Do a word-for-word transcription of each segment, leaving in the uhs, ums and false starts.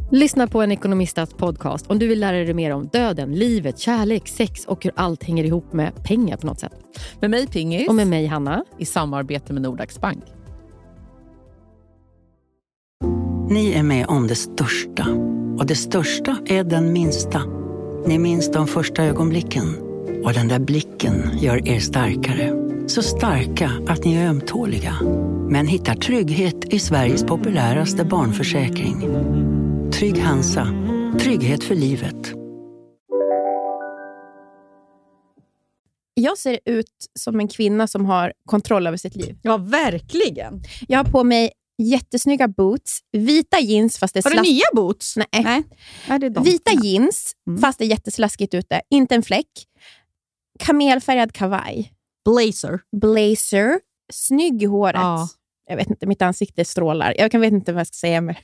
Lyssna på en ekonomistas podcast om du vill lära dig mer om döden, livet, kärlek, sex och hur allt hänger ihop med pengar på något sätt. Med mig Pingis. Och med mig Hanna. I samarbete med Nordax Bank. Ni är med om det största. Och det största är den minsta. Ni minns de första ögonblicken. Och den där blicken gör er starkare. Så starka att ni är ömtåliga. Men hittar trygghet i Sveriges populäraste barnförsäkring. Trygg Hansa. Trygghet för livet. Jag ser ut som en kvinna som har kontroll över sitt liv. Ja, verkligen. Jag har på mig jättesnygga boots, vita jeans fast det är Har du slask... nya boots? Nej. Nej. Nej, det är de. Vita jeans Mm. fast det är jätteslaskigt ute. Inte en fläck. Kamelfärgad kavaj. Blazer. Blazer. Snygg i håret. Ja. Jag vet inte, mitt ansikte strålar. Jag kan vet inte vad jag ska säga mer.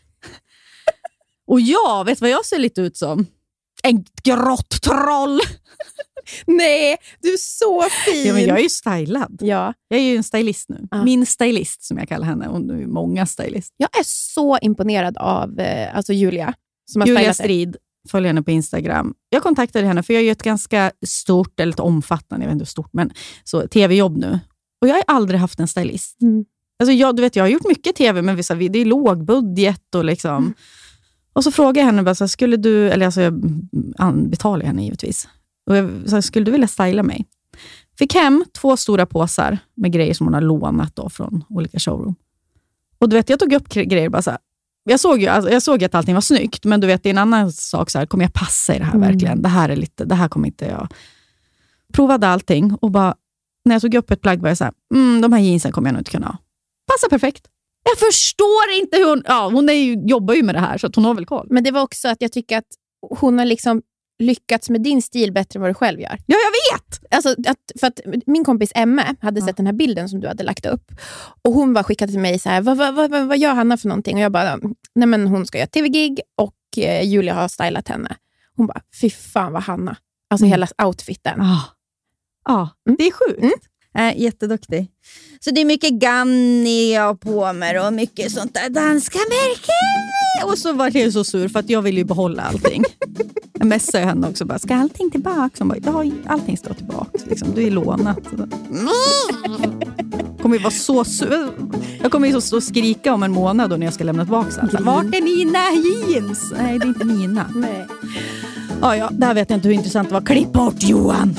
Och jag vet vad jag ser lite ut som. En grått troll. Nej, du är så fin. Ja, men jag är ju stylad. Ja. Jag är ju en stylist nu. Ja. Min stylist som jag kallar henne. Och nu är många stylist. Jag är så imponerad av eh, alltså Julia. Som har Julia stylat det. Strid. Följ henne på Instagram. Jag kontaktade henne för jag gör ett ganska stort, eller ett omfattande, jag vet inte hur stort, men så tv-jobb nu. Och jag har aldrig haft en stylist. Mm. Alltså jag, du vet, jag har gjort mycket tv, men vissa, det är låg budget och liksom. Mm. Och så frågade jag henne bara så här, skulle du, eller alltså jag betalar henne givetvis. Och jag så här, skulle du vilja styla mig? Fick hem två stora påsar med grejer som hon har lånat då från olika showroom. Och du vet, jag tog upp grejer bara så här. Jag såg ju alltså, jag såg att allting var snyggt, men du vet, det är en annan sak så här, kommer jag passa i det här Mm. verkligen? Det här är lite, det här kommer inte jag. Provade allting och bara, när jag tog upp ett plagg var jag så här, mm, de här jeansen kommer jag nog inte kunna ha. Passa perfekt. Jag förstår inte hur hon, ja, hon är ju, jobbar ju med det här så att hon har väl koll. Men det var också att jag tycker att hon har liksom lyckats med din stil bättre än vad du själv gör. Ja, jag vet! Alltså, att, för att min kompis Emma hade Ja. sett den här bilden som du hade lagt upp. Och hon var skickade till mig så här, vad, vad, vad, vad gör Hanna för någonting? Och jag bara, nej men hon ska göra tv-gig och eh, Julia har stylat henne. Hon bara, fy fan vad Hanna. Alltså Mm. hela outfiten. Ja, ja Mm. det är sjukt. Mm. Äh, jätteduktig. Så det är mycket Ganni jag har på mig och mycket sånt där danska märken. Och så var jag så sur för att jag vill ju behålla allting. Jag messade henne också bara, ska allting tillbaka? Som bara, ja, allting står tillbaka. Liksom, du är lånat. Kommer ju vara så sur. Jag kommer ju så stå och skrika om en månad då när jag ska lämna tillbaka allt. Vart är mina jeans? Nej, det är inte mina. Nej. Ja, ja, där vet jag inte hur intressant det var. Klipp bort Johan!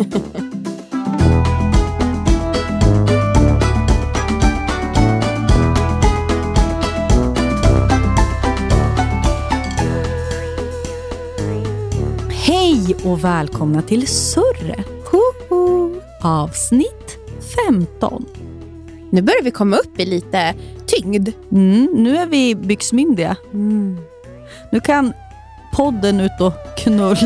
Hej och välkomna till Surre. Hoho. Avsnitt femton. Nu börjar vi komma upp i lite tyngd. Mm, nu är vi byxmyndiga. Mm. Nu kan podden ut och knulla.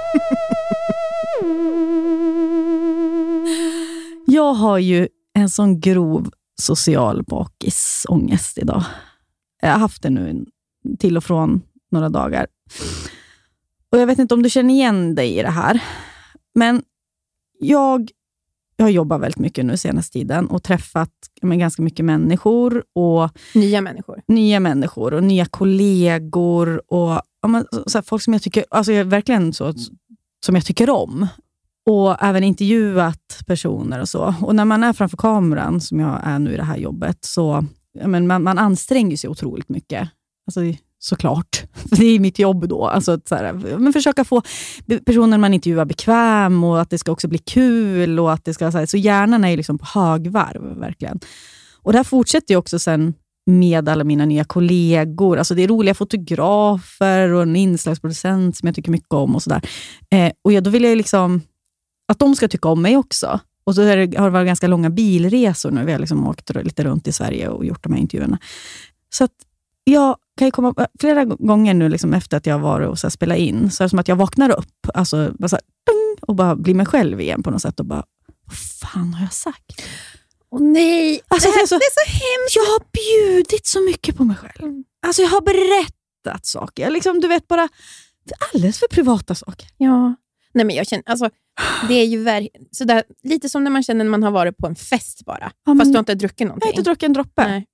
Jag har ju en sån grov social bakisångest idag. Jag har haft det nu till och från några dagar. Och jag vet inte om du känner igen dig i det här. Men jag, jag har jobbat väldigt mycket nu senaste tiden och träffat med ganska mycket människor och Nya människor. nya människor och nya kollegor och ja, men, så här, folk som jag tycker, alltså jag är verkligen så som jag tycker om. Och även intervjuat personer och så. Och när man är framför kameran, som jag är nu i det här jobbet, så ja, men man, man anstränger sig otroligt mycket. Alltså såklart. Det är mitt jobb då. Alltså att så här, men försöka få personer man intervjuar bekväm och att det ska också bli kul och att det ska så här, så hjärnan är liksom på högvarv verkligen. Och det här fortsätter ju också sen med alla mina nya kollegor. Alltså det är roliga fotografer och en inslagsproducent som jag tycker mycket om och sådär. Eh, och ja, då vill jag liksom att de ska tycka om mig också. Och så har det, har det varit ganska långa bilresor nu. Vi har liksom åkt lite runt i Sverige och gjort de här intervjuerna. Så att jag kan ju komma flera gånger nu liksom efter att jag har varit och så här spelat in. Så är det som att jag vaknar upp alltså, bara så här, och bara blir mig själv igen på något sätt. Och bara, vad fan har jag sagt? Åh nej, Alltså, det, det, är så, det är så hemskt. jag har bjudit så mycket på mig själv. Alltså jag har berättat saker. Liksom, du vet bara, alldeles för privata saker. Ja. Nej men jag känner, alltså det är ju ver- sådär, lite som när man känner när man har varit på en fest bara. Ja, fast du har inte druckit någonting. Jag har inte druckit en droppe. Nej.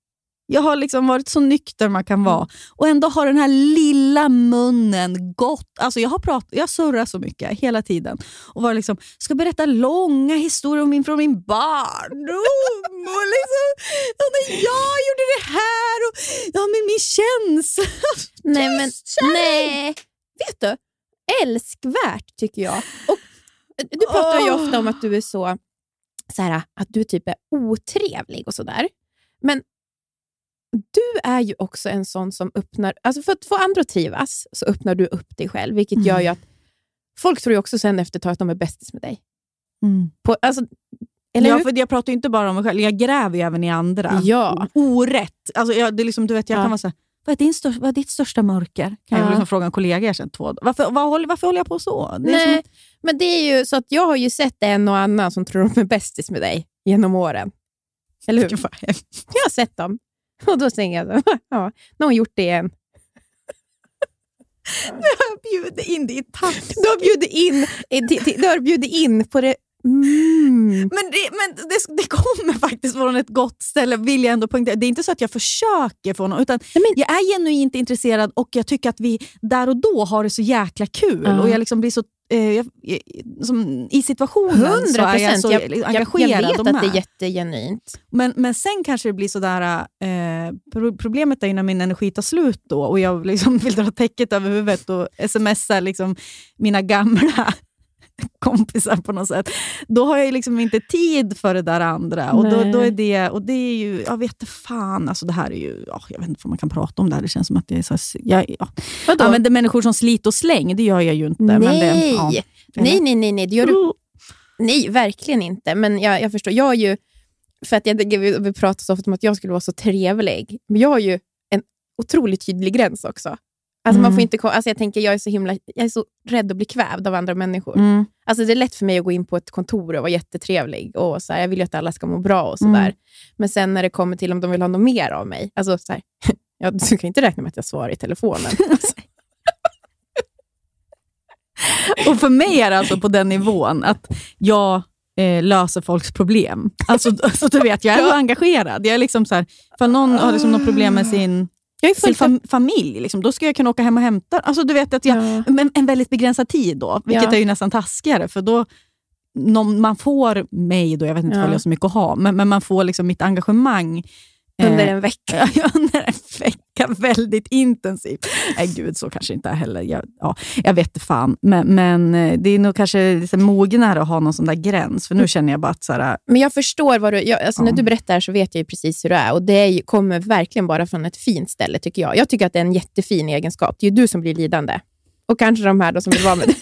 Jag har liksom varit så nykter man kan vara. Och ändå har den här lilla munnen gått. Alltså jag har pratat, jag surrar så mycket hela tiden. Och var liksom, ska berätta långa historier om min, från min barndom. Och liksom, och när jag gjorde det här. Och ja, men min känsla. Nej, men nej. Vet du? Älskvärt tycker jag. Och du pratar ju ofta om att du är så, så här, att du typ är otrevlig och sådär. Men du är ju också en sån som öppnar, alltså för att få andra att trivas så öppnar du upp dig själv, vilket mm. gör ju att folk tror ju också sen efter ett tag att de är bästis med dig. Mm. På, alltså, eller ja, hur? för jag pratar ju inte bara om mig själv, jag gräver ju även i andra. Ja. Orätt. Alltså jag, det är liksom, du vet, jag ja. kan vara så här, vad är, din största, vad är ditt största mörker? Kan ja. jag liksom fråga en kollega sedan två. Varför, var, varför, varför håller jag på så? Det är Nej, som att... men det är ju så att jag har ju sett en och annan som tror de är bästis med dig genom åren. Eller hur? Jag har sett dem. Och då tänker jag, ja, nu har hon gjort det igen. Nu har jag bjudit in det i takt. Du har bjudit in, du har bjudit in på det. Mm. Men, det, men det, det kommer faktiskt från ett gott ställe, vill jag ändå poängtera. Det är inte så att jag försöker få någon, utan Nej, men... jag är genuint intresserad och jag tycker att vi där och då har det så jäkla kul. Uh. Och jag liksom blir så eh, jag, jag, som, i situationen hundra procent. Så är jag så jag, engagerad. Jag vet de att det är jättegenuint. Men, men sen kanske det blir sådär, eh, problemet är när min energi tar slut då och jag liksom vill dra täcket över huvudet och smsar liksom mina gamla kompisar på något sätt. Då har jag liksom inte tid för det där andra. Och då, då är det, och det är ju, jag vet inte fan, alltså det här är ju, ja, jag vet inte vad man kan prata om det här. Det känns som att det är så, jag, ja. Använder människor som slit och släng, det gör jag ju inte. Nej, men det, ja. nej, nej, nej, nej, det gör du. Nej, verkligen inte. Men jag, jag förstår, jag är ju, för att jag, vi, vi pratar så ofta om att jag skulle vara så trevlig. Men jag har ju en otroligt tydlig gräns också. Alltså, mm. man får inte, alltså jag tänker, jag är så himla, jag är så rädd att bli kvävd av andra människor. Mm. Alltså det är lätt för mig att gå in på ett kontor och vara jättetrevlig. Och så här, jag vill ju att alla ska må bra och sådär. Mm. Men sen när det kommer till om de vill ha något mer av mig. Alltså så här, ja, du kan inte räkna med att jag svarar i telefonen. Alltså. Och för mig är det alltså på den nivån att jag eh, löser folks problem. Alltså, alltså du vet, jag är ja. engagerad. Jag är liksom så här, för någon har liksom något problem med sin... Jag är sin fam- familj, liksom. Då ska jag kunna åka hem och hämta. Alltså du vet att jag, ja. en, en väldigt begränsad tid då, vilket ja. är ju nästan taskigare, för då någon, man får mig då, jag vet inte ja. vad jag har så mycket att ha, men, men man får liksom mitt engagemang under en vecka. Ja, under en vecka, väldigt intensivt. Nej gud, så kanske inte heller. Jag, ja, jag vet inte fan. Men, men det är nog kanske lite mognare att ha någon sån där gräns. För nu känner jag bara att så här... Men jag förstår vad du... Jag, alltså, ja. När du berättar så vet jag ju precis hur det är. Och det är ju, kommer verkligen bara från ett fint ställe, tycker jag. Jag tycker att det är en jättefin egenskap. Det är ju du som blir lidande. Och kanske de här då som vill vara med dig.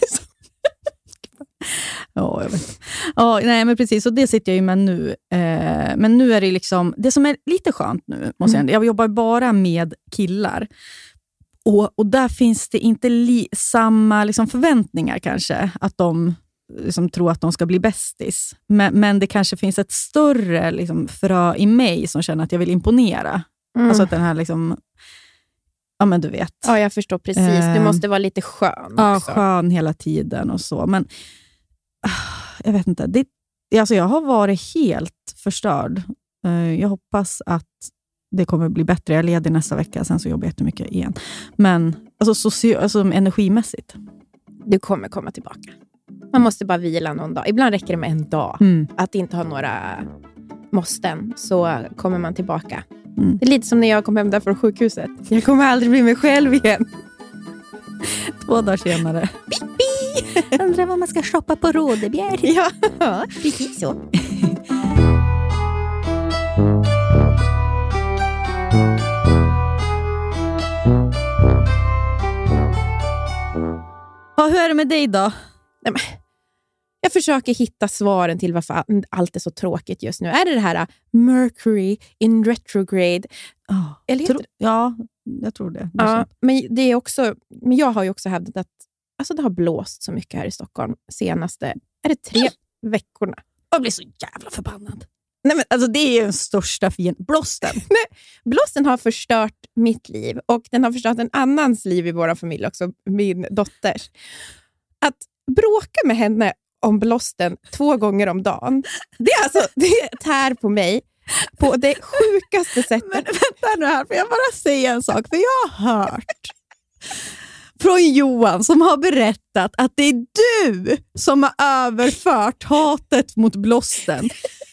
Ja, jag vet. Ja, nej men precis, och det sitter jag ju med nu. Eh, men nu är det liksom, det som är lite skönt nu, måste jag, jag jobbar bara med killar. Och, och där finns det inte li, samma liksom förväntningar kanske, att de liksom tror att de ska bli bästis. Men, men det kanske finns ett större liksom, frö i mig som känner att jag vill imponera. Mm. Alltså att den här liksom... Ja, men du vet. Ja, jag förstår precis. Du måste vara lite skön Ja, också. skön hela tiden och så. Men jag vet inte. Det, alltså jag har varit helt förstörd. Jag hoppas att det kommer bli bättre. Jag är ledig nästa vecka, sen så jobbar jag jättemycket igen. Men alltså, soci- alltså energimässigt. Du kommer komma tillbaka. Man måste bara vila någon dag. Ibland räcker det med en dag. Mm. Att inte ha några måsten, så kommer man tillbaka. Mm. Det är lite som när jag kom hem där från sjukhuset. Jag kommer aldrig bli mig själv igen. Två dagar senare. Bibi! Undrar vad man ska shoppa på Rådebjer. Ja, precis så. Ja, hur är det med dig då? Nej, men, jag försöker hitta svaren till varför allt är så tråkigt just nu. Är det det här Mercury in retrograde? Oh, Eller tro, ja, jag tror det. det ja, men, det är också, men jag har ju också hävdat att alltså, det har blåst så mycket här i Stockholm senaste, är det tre veckorna? Jag blir så jävla förbannad. Nej, men alltså det är ju den största fienden. Blåsten. Nej, blåsten har förstört mitt liv och den har förstört en annans liv i vår familj också, min dotters. Att bråka med henne om blåsten två gånger om dagen, det är alltså, det tär på mig. på det sjukaste sättet. Men vänta nu här, för jag bara säga en sak. För jag har hört från Johan som har berättat att det är du som har överfört hatet mot blåsten.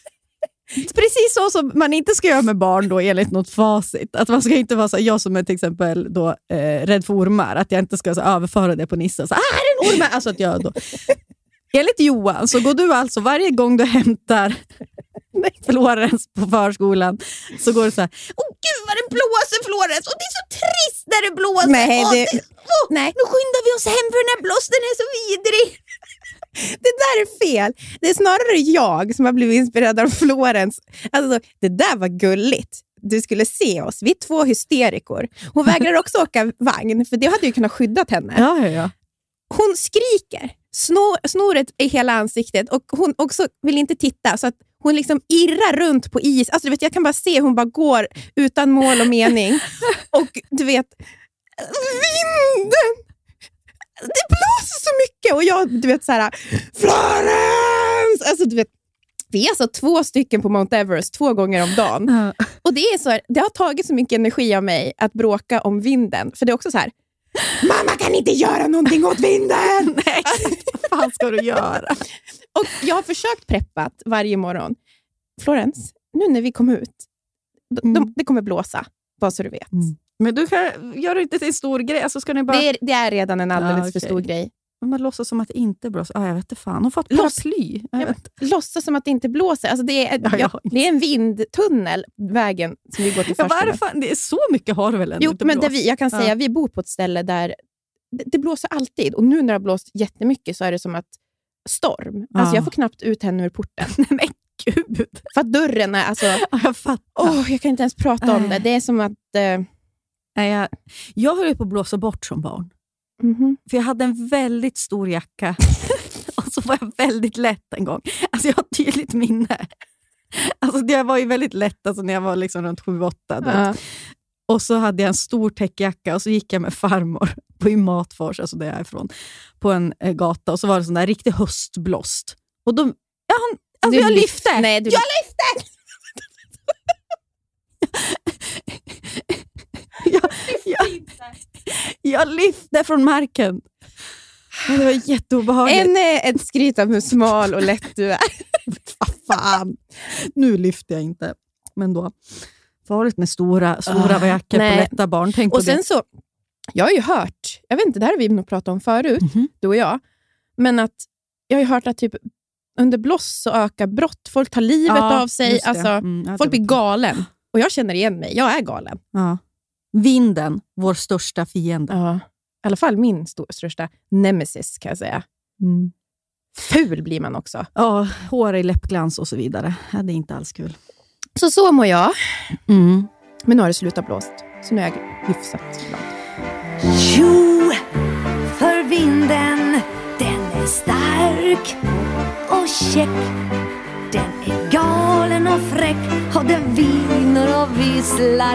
Precis så som man inte ska göra med barn då enligt något facit. Att man ska inte vara så, jag som är till exempel då, eh, rädd för ormar, att jag inte ska så, överföra det på Nissa. Så, ah, är det en orm? Alltså att jag då... Enligt Johan så går du alltså varje gång du hämtar Florens på förskolan så går det så här: åh gud vad det blåser Florens, och det är så trist när det blåser. Nej, åh, det... det... Åh, Nej. Nu skyndar vi oss hem för den här blåsten är så vidrig. Det där är fel. Det är snarare jag som har blivit inspirerad av Florens. Alltså, det där var gulligt. Du skulle se oss. Vi är två hysterikor. Hon vägrar också åka vagn, för det hade ju kunnat skydda henne. Ja, ja, ja. Hon skriker. Snor, snoret i hela ansiktet. Och hon också vill inte titta. Så att hon liksom irrar runt på is. Alltså, du vet, jag kan bara se hon bara går utan mål och mening. Och du vet, vinden! Det blåser så mycket. Och jag, du vet så här, Florence! Alltså, du vet, vi är alltså två stycken på Mount Everest två gånger om dagen. Mm. Och det är så här, det har tagit så mycket energi av mig att bråka om vinden. För det är också så här, mamma kan inte göra någonting åt vinden! Nej, vad fan ska du göra? Och jag har försökt preppat varje morgon. Florence, nu när vi kom ut, de, mm. de, det kommer blåsa, bara så du vet. Mm. Men du kan göra inte till en stor grej. Alltså ska ni bara... det, är, det är redan en alldeles ah, okay. för stor grej. Men man låtsas som att det inte blåser. Ah, jag vet inte fan. Hon får ett paraply. Ja, låtsas som att det inte blåser. Alltså det, är, ja, ja. det är en vindtunnel, vägen som vi går till förskolan. Ja, fan? Det är så mycket har det väl ändå Jo, inte men blåst. Vi, jag kan säga, ja. vi bor på ett ställe där det, det blåser alltid. Och nu när det har blåst jättemycket så är det som att storm. Ja. Alltså jag får knappt ut henne ur porten. Nej, men gud. För att dörren är alltså... Ja, jag fattar. Oh, jag kan inte ens prata om det. Det är som att... Eh... Nej, jag, jag höll på att blåsa bort som barn. Mm-hmm. För jag hade en väldigt stor jacka. Och så var jag väldigt lätt en gång. Alltså jag har tydligt minne. Alltså det var ju väldigt lätt alltså, när jag var liksom runt sju åtta. Ja. Och så hade jag en stor täckjacka och så gick jag med farmor på i Matfors, alltså där jag är ifrån, på en eh, gata. Och så var det sån där riktigt höstblåst. Och då, ja, han, alltså jag lyfte. lyfte. Nej, du... Jag lyfte! jag, jag, jag lyfte från marken. Det var jätteobehagligt. En är ett skryt om hur smal och lätt du är. Vad fan. Nu lyfter jag inte. Men då farligt med stora, stora uh, jackor på lätta barn. Tänk och på sen det. så, jag har ju hört, jag vet inte, det här har vi nog pratat om förut, mm-hmm. du och jag. Men att jag har ju hört att typ under blås så ökar brott. Folk tar livet ja, av sig. Alltså, mm, ja, folk blir galen. Och jag känner igen mig. Jag är galen. Ja. Vinden, vår största fiende. Ja. I alla fall min st- största nemesis kan jag säga. Mm. Ful blir man också. Ja, hår i läppglans och så vidare. Ja, det är inte alls kul. Så så mår jag. Mm. Men nu har det slutat blåst. Så nu är jag hyfsat glad. Jo, för vinden, den är stark och käck. Den är galen och fräck och den viner och visslar.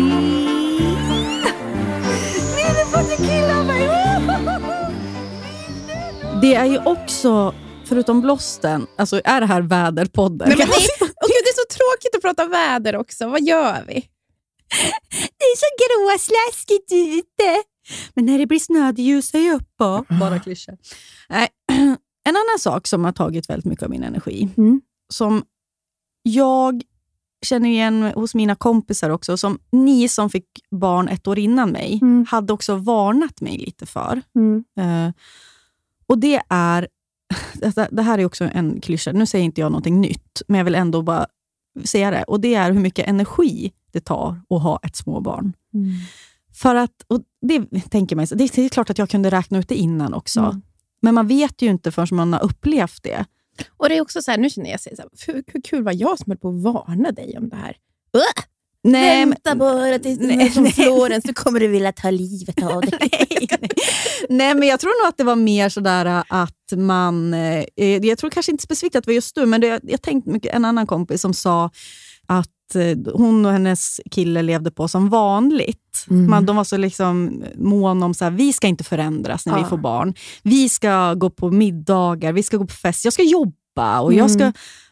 Det är ju också, förutom blåsten, alltså är det här väderpodden? Nej, men det, är, okay, det är så tråkigt att prata väder också. Vad gör vi? Det är så gråsläskigt ute. Men när det blir snö, det ljusar ju upp på. Bara klyschor. Nej, en annan sak som har tagit väldigt mycket av min energi, mm. som jag känner igen hos mina kompisar också, som ni som fick barn ett år innan mig, mm. hade också varnat mig lite för. Mm. Uh, och det är, det här är också en klyscha, nu säger inte jag någonting nytt, men jag vill ändå bara säga det. Och det är hur mycket energi det tar att ha ett småbarn. Mm. För att, och det tänker man, det är klart att jag kunde räkna ut det innan också. Mm. Men man vet ju inte förrän man har upplevt det. Och det är också så här, nu känner jag sig så här, hur, hur kul var jag som höll på att varna dig om det här? Uh! Nej, Vänta bara tills du är som Florens, så kommer du vilja ta livet av dig. nej, nej. nej, men jag tror nog att det var mer sådär att man, eh, jag tror kanske inte specifikt att det var just du, men det, jag tänkte mycket, en annan kompis som sa att eh, hon och hennes kille levde på som vanligt. Mm. Man, de var så liksom mån om så här, vi ska inte förändras när ja. vi får barn. Vi ska gå på middagar, vi ska gå på fest, jag ska jobba och mm. jag ska,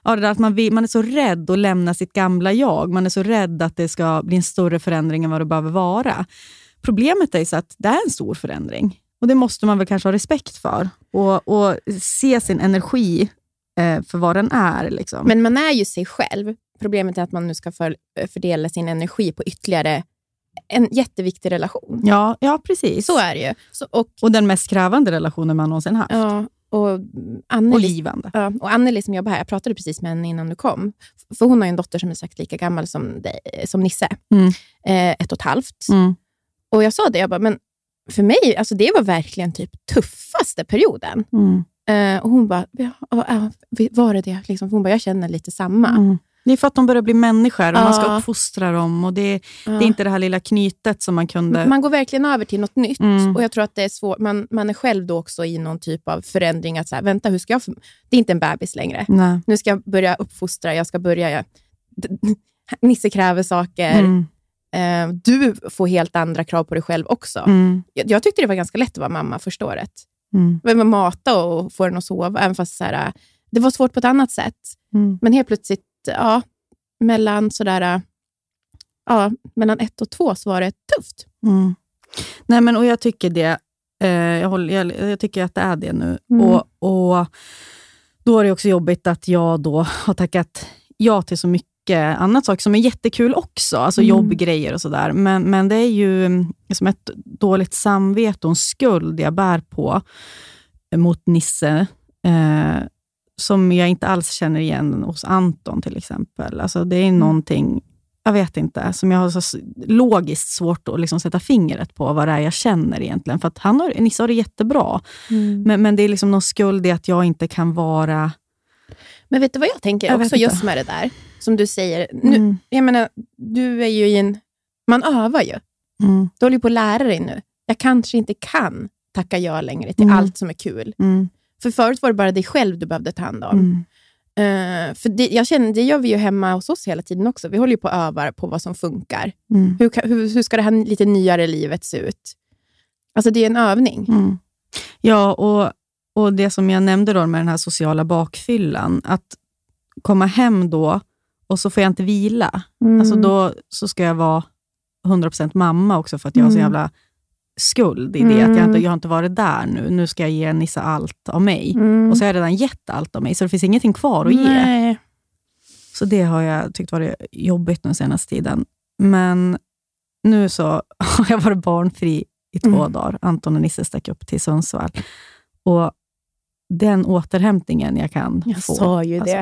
Ja, det där att man, vill, man är så rädd att lämna sitt gamla jag. Man är så rädd att det ska bli en större förändring än vad det behöver vara. Problemet är så att det är en stor förändring. Och det måste man väl kanske ha respekt för. Och, och se sin energi eh, för vad den är. Liksom. Men man är ju sig själv. Problemet är att man nu ska för, fördela sin energi på ytterligare en jätteviktig relation. Ja, ja precis. Så är det ju. Så, och, och den mest krävande relationen man någonsin haft. Ja, och Anneli, och livande. Ja, och Anneli som jobbar här, jag pratade precis med henne innan du kom. För hon har ju en dotter som är sagt lika gammal som, dig, som Nisse. Mm. Eh, ett och ett halvt. Mm. Och jag sa det, jag bara, men för mig, alltså det var verkligen typ tuffaste perioden. Mm. Eh, och hon bara, ja, ja, var det det? Liksom, hon bara, jag känner lite samma. Mm. Det är för att de börjar bli människor och ja. man ska uppfostra dem. Och det, ja. det är inte det här lilla knytet som man kunde... Man går verkligen över till något nytt. Mm. Och jag tror att det är svårt. Man, man är själv då också i någon typ av förändring. Att så här, vänta, hur ska jag... Det är inte en bebis längre. Nej. Nu ska jag börja uppfostra. Jag ska börja... Jag, Nisse kräver saker. Mm. Eh, du får helt andra krav på dig själv också. Mm. Jag, jag tyckte det var ganska lätt att vara mamma första året. Mm. Men mata och få den att sova. Även fast så här, det var svårt på ett annat sätt. Mm. Men helt plötsligt, ja, mellan sådär, ja, mellan ett och två så var det tufft. Mm. Nej, men och jag tycker det, eh, jag, håller, jag, jag tycker att det är det nu. Mm. Och, och då är det också jobbigt att jag då har tackat ja till så mycket annat saker som är jättekul också. Alltså mm. jobbgrejer och sådär. Men, men det är ju som ett dåligt samvete och en skuld jag bär på mot Nisse. Eh, som jag inte alls känner igen hos Anton till exempel. Alltså det är mm. någonting, jag vet inte, som jag har så logiskt svårt att liksom sätta fingret på vad det är jag känner egentligen. För att han har, Nisse har det jättebra. Mm. Men, men det är liksom någon skuld i att jag inte kan vara... Men vet du vad jag tänker jag också just med det där? Som du säger. Nu, mm. Jag menar, du är ju i en... Man övar ju. Mm. Du håller ju på att lära dig nu. Jag kanske inte kan tacka ja längre till mm. allt som är kul. Mm. För förut var det bara dig själv du behövde ta hand om. Mm. Uh, för det, jag känner, det gör vi ju hemma hos oss hela tiden också. Vi håller ju på att öva på vad som funkar. Mm. Hur, hur, hur ska det här lite nyare livet se ut? Alltså det är en övning. Mm. Ja, och, och det som jag nämnde då med den här sociala bakfyllan. Att komma hem då och så får jag inte vila. Mm. Alltså då så ska jag vara hundra procent mamma också för att jag har så jävla skuld i det. Mm. Att jag inte, jag har inte varit där nu. Nu ska jag ge Nissa allt av mig. Mm. Och så har jag redan gett allt av mig. Så det finns ingenting kvar att Nej. ge. Så det har jag tyckt varit jobbigt den senaste tiden. Men nu så har jag varit barnfri i två mm. dagar. Anton och Nisse stack upp till Sundsvall. Och den återhämtningen jag kan jag få. Jag sa ju alltså, det.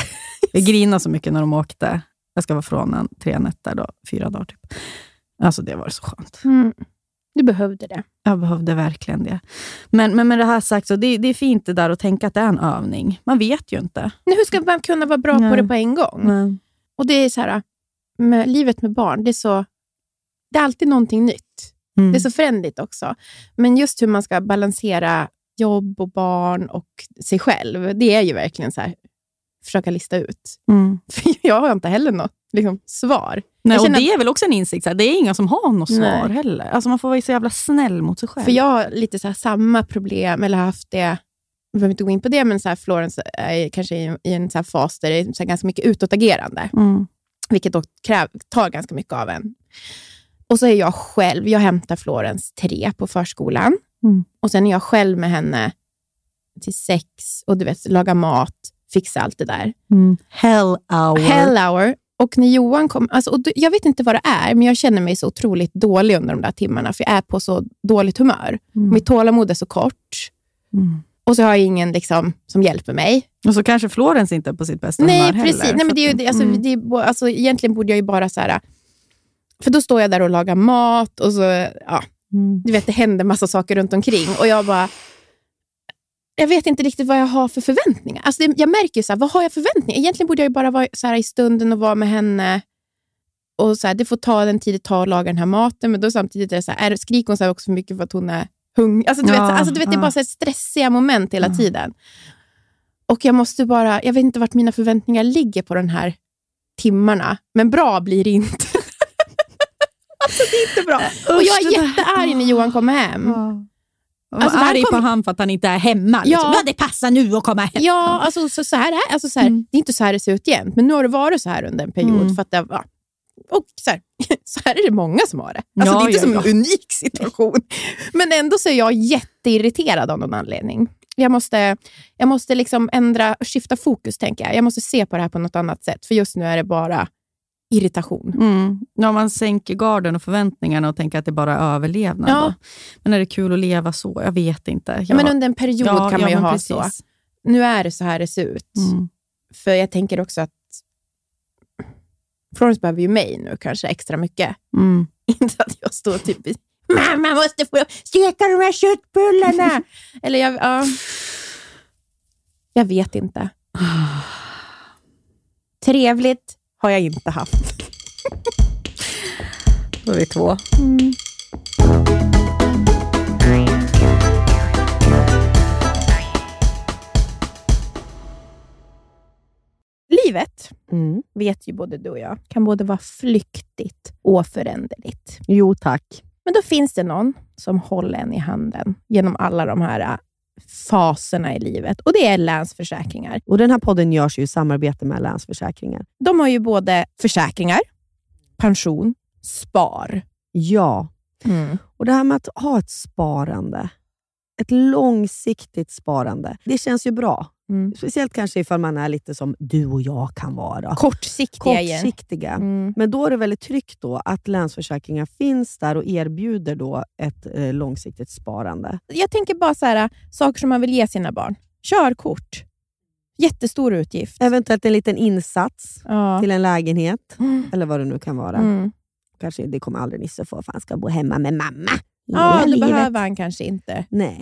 Jag grinade så mycket när de åkte. Jag ska vara från en tre nätter då. Fyra dagar typ. Alltså det var så skönt. Mm. Du behövde det. Jag behövde verkligen det. Men, men med det här sagt så, det, det är fint det där att tänka att det är en övning. Man vet ju inte. Nej, hur ska man kunna vara bra Nej. på det på en gång? Nej. Och det är så här, med livet med barn, det är så, det är alltid någonting nytt. Mm. Det är så förändligt också. Men just hur man ska balansera jobb och barn och sig själv, det är ju verkligen så här, försöka lista ut. Mm. För jag har inte heller något liksom, svar. Nej, och det är väl också en insikt. Så här, det är inga som har något Nej. svar heller. Alltså man får vara så jävla snäll mot sig själv. För jag har lite så här, samma problem, eller har haft det, jag behöver inte gå in på det, men så här, Florence är kanske i, i en så här fas där det är så här, ganska mycket utåtagerande. Mm. Vilket då kräv, tar ganska mycket av en. Och så är jag själv, jag hämtar Florence tre på förskolan. Mm. Och sen är jag själv med henne till sex och du vet, laga mat, fixa allt det där. Mm. Hell hour. Hell hour. Och när Johan kom, alltså, och jag vet inte vad det är, men jag känner mig så otroligt dålig under de där timmarna, för jag är på så dåligt humör. Mm. Mitt tålamod är så kort. Mm. Och så har jag ingen liksom, som hjälper mig. Och så kanske Florence inte är på sitt bästa Nej, humör precis. heller. Nej, men det är ju det, alltså, mm. det är, alltså, egentligen borde jag ju bara så här, för då står jag där och lagar mat och så, ja, mm. du vet, det händer massa saker runt omkring. Och jag bara, jag vet inte riktigt vad jag har för förväntningar. Alltså det, jag märker ju så här, vad har jag för förväntningar? Egentligen borde jag ju bara vara så här i stunden och vara med henne. Och så här, det får ta den tid det tar att laga den här maten. Men då samtidigt är det så här, är, skriker hon så här också för mycket för att hon är hungrig. Alltså du ja, vet, alltså, du vet ja. det är bara så här stressiga moment hela ja. tiden. Och jag måste bara, jag vet inte vart mina förväntningar ligger på den här timmarna. Men bra blir det inte. Alltså det är inte bra. Usch, och jag är jättearg när Johan kommer hem. Ja. Alltså, arg kom... på han för att han inte är hemma. Liksom. Ja. Ja, det passar nu att komma hem. Ja, alltså så, så här är alltså, så här, mm. det är inte så här det ser ut igen. Men nu har det varit så här under en period. Mm. För att det, ja. Och så här, så här är det många som har det. Alltså ja, det är inte ja, som ja. en unik situation. Men ändå så är jag jätteirriterad av någon anledning. Jag måste, jag måste liksom ändra, skifta fokus tänker jag. Jag måste se på det här på något annat sätt. För just nu är det bara irritation. Mm. Ja, man sänker garden och förväntningarna och tänker att det bara är överlevnad. Ja. Men är det kul att leva så? Jag vet inte. Jag... Ja, men under en period ja, kan man ja, ju ha precis. så. Nu är det så här det ser ut. Mm. För jag tänker också att Florence behöver ju mig nu kanske extra mycket. Mm. Inte att jag står typ i mamma måste få steka de här köttbullarna. Eller jag, ja. Jag vet inte. Trevligt har jag inte haft. Då är vi två. Mm. Livet, mm. vet ju både du och jag, kan både vara flyktigt och föränderligt. Jo, tack. Men då finns det någon som håller en i handen genom alla de här faserna i livet. Och det är Länsförsäkringar. Och den här podden görs ju i samarbete med Länsförsäkringar. De har ju både försäkringar, pension, spar. Ja. Mm. Och det här med att ha ett sparande, ett långsiktigt sparande, det känns ju bra. Mm. Speciellt kanske ifall man är lite som du och jag kan vara. Kortsiktiga. Kortsiktiga. Mm. Men då är det väldigt tryggt då att Länsförsäkringar finns där och erbjuder då ett eh, långsiktigt sparande. Jag tänker bara så här, saker som man vill ge sina barn. Körkort. Jättestor utgift. Eventuellt en liten insats ja. till en lägenhet. Mm. Eller vad det nu kan vara. Mm. Kanske det kommer aldrig Nisse få för han ska bo hemma med mamma. Ja, det behöver han kanske inte. Nej.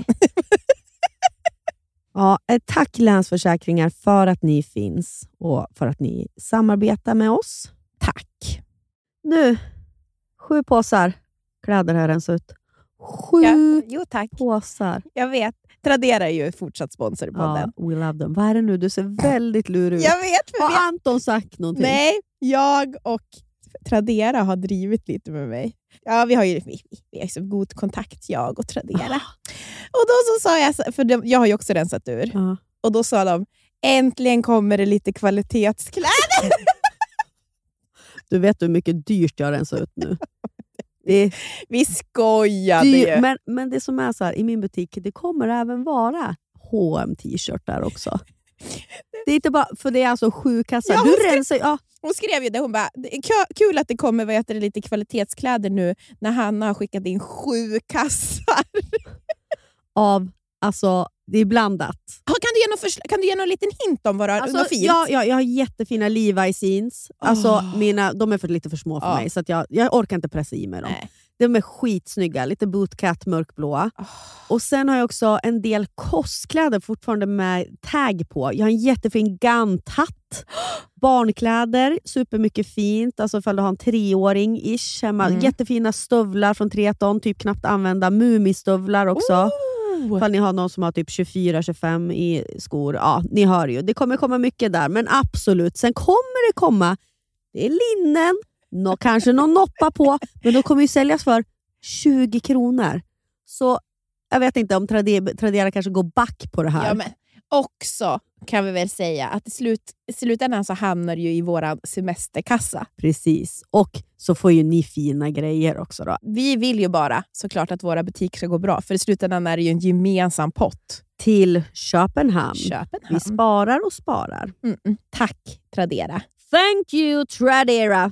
Ja, tack Länsförsäkringar för att ni finns och för att ni samarbetar med oss. Tack. Nu, sju påsar kläder har rens ut. Sju ja, jo, tack. påsar. Jag vet. Tradera är ju fortsatt sponsor i podden. Ja, we love them. Vad är det nu? Du ser väldigt lurig ut. Jag vet. För har vi... Anton sagt någonting? Nej, jag och Tradera har drivit lite med mig. Ja, vi har ju vi, vi har så god kontakt, jag och Tradera. Oh. Och då så sa jag, för de, jag har ju också rensat ur. Oh. Och då sa de, äntligen kommer det lite kvalitetskläder. Du vet hur mycket dyrt jag rensar ut nu. Det vi skojade dyr, ju. Men, men det som är så här, i min butik, det kommer även vara H och M t-shirt där också. Det är inte bara, för det är alltså sju kassar. Ja, du skrev, rensar, ja. Hon skrev ju det, hon bara, kul att det kommer vad heter det, lite kvalitetskläder nu när Hanna har skickat in sju kassar. Av, alltså, det är blandat. Ja, kan, du ge någon försl- kan du ge någon liten hint om vad du har alltså, fint? Ja, ja, jag har jättefina Levi's jeans. Alltså, oh. mina, de är för lite för små för oh. mig, så att jag, jag orkar inte pressa i mig dem. Nej. De är skitsnygga, lite bootcut, mörkblåa. Oh. Och sen har jag också en del kostkläder fortfarande med tag på. Jag har en jättefin Gant-hatt. Barnkläder, supermycket fint. Alltså ifall du har en treåring-ish hemma. Mm. Jättefina stövlar från Treton, typ knappt använda. Mumistövlar också. Oh. Ifall ni har någon som har typ tjugofyra tjugofem i skor. Ja, ni hör ju. Det kommer komma mycket där, men absolut. Sen kommer det komma, det är linnen. Nå, kanske någon noppa på, men de kommer ju säljas för tjugo kronor. Så jag vet inte om Tradera, Tradera kanske går back på det här. Ja, men också kan vi väl säga att i slut, slutändan så hamnar ju i våran semesterkassa. Precis, och så får ju ni fina grejer också då. Vi vill ju bara såklart att våra butiker ska gå bra, för i slutändan är det ju en gemensam pott. Till Köpenhamn. Köpenhamn. Vi sparar och sparar. Mm-mm. Tack Tradera. Thank you Tradera.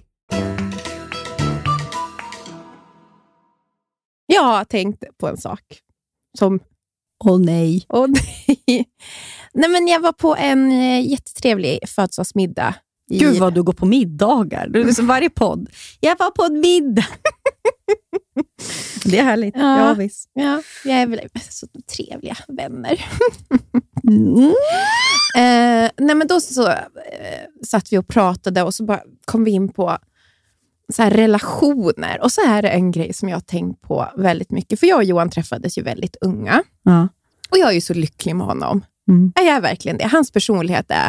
Jag har tänkt på en sak som... Åh oh, nej. Oh, nej. Nej, men jag var på en eh, jättetrevlig födelsedagsmiddag. I... Gud vad du går på middagar. Du är som varje podd. Jag var på en middag. Det är härligt. Ja, ja, visst. Ja, jag är väl så trevliga vänner. mm. eh, nej, men då så eh, satt vi och pratade och så bara kom vi in på så här relationer. Och så här är en grej som jag har tänkt på väldigt mycket. För jag och Johan träffades ju väldigt unga. Ja. Och jag är ju så lycklig med honom. Mm. Jag är verkligen det. Hans personlighet är...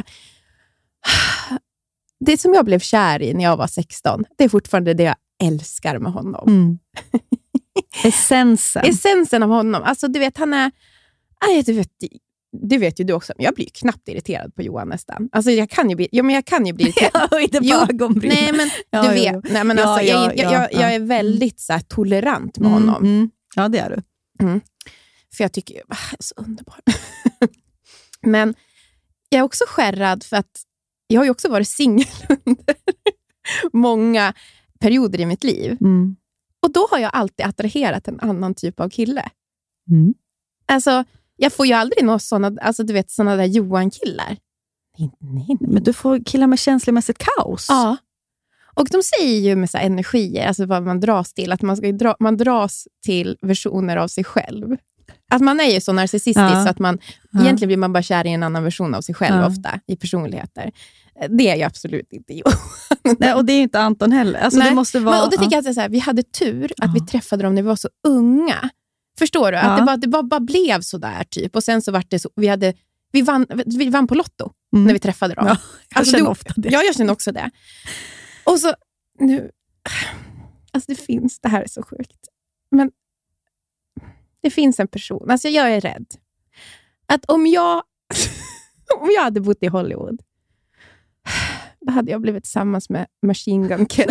Det som jag blev kär i när jag var sexton, det är fortfarande det jag älskar med honom. Mm. Essensen. Essensen av honom. Alltså du vet, han är... Aj, du vet, det vet ju du också. Jag blir ju knappt irriterad på Johan nästan. Alltså jag kan ju bli, ja, men jag kan ju bli irriterad. Ja, inte på ögonbryn. Nej, men ja, du jo. vet. Nej, men Ja, alltså, ja, jag, jag, ja, jag, ja. jag är väldigt så här, tolerant med Mm, honom. mm. Ja, det är du. Mm. För jag tycker, ah, det är så underbar. Men jag är också skärrad för att jag har ju också varit singel under många perioder i mitt liv. Mm. Och då har jag alltid attraherat en annan typ av kille. Mm. Alltså, jag får ju aldrig några sådana, alltså du vet, sådana där Johan-killar. Nej, nej, nej. Men du får killar med känslomässigt kaos. Ja. Och de säger ju med så här energier, alltså vad man dras till, att man, ska dra, man dras till versioner av sig själv. Att man är ju så narcissistisk Ja. så att man, Ja. egentligen blir man bara kär i en annan version av sig själv Ja. ofta, i personligheter. Det är ju absolut inte Johan. Nej, och det är ju inte Anton heller. Alltså, Nej, det måste vara... Men, och det tycker ja. jag att det är så här, vi hade tur att Ja. vi träffade dem när vi var så unga. Förstår du? Ja. Att det, bara, det bara, bara blev så där typ. Och sen så vart det så, vi hade, vi vann, vi vann på Lotto Mm. när vi träffade dem. Ja, jag Alltså, känner du- ofta det. Ja, jag känner också det. Och så nu, alltså det finns, det här är så sjukt. Men det finns en person, alltså jag är rädd. Att om jag, om jag hade bott i Hollywood, då hade jag blivit tillsammans med Machine Gun Kelly.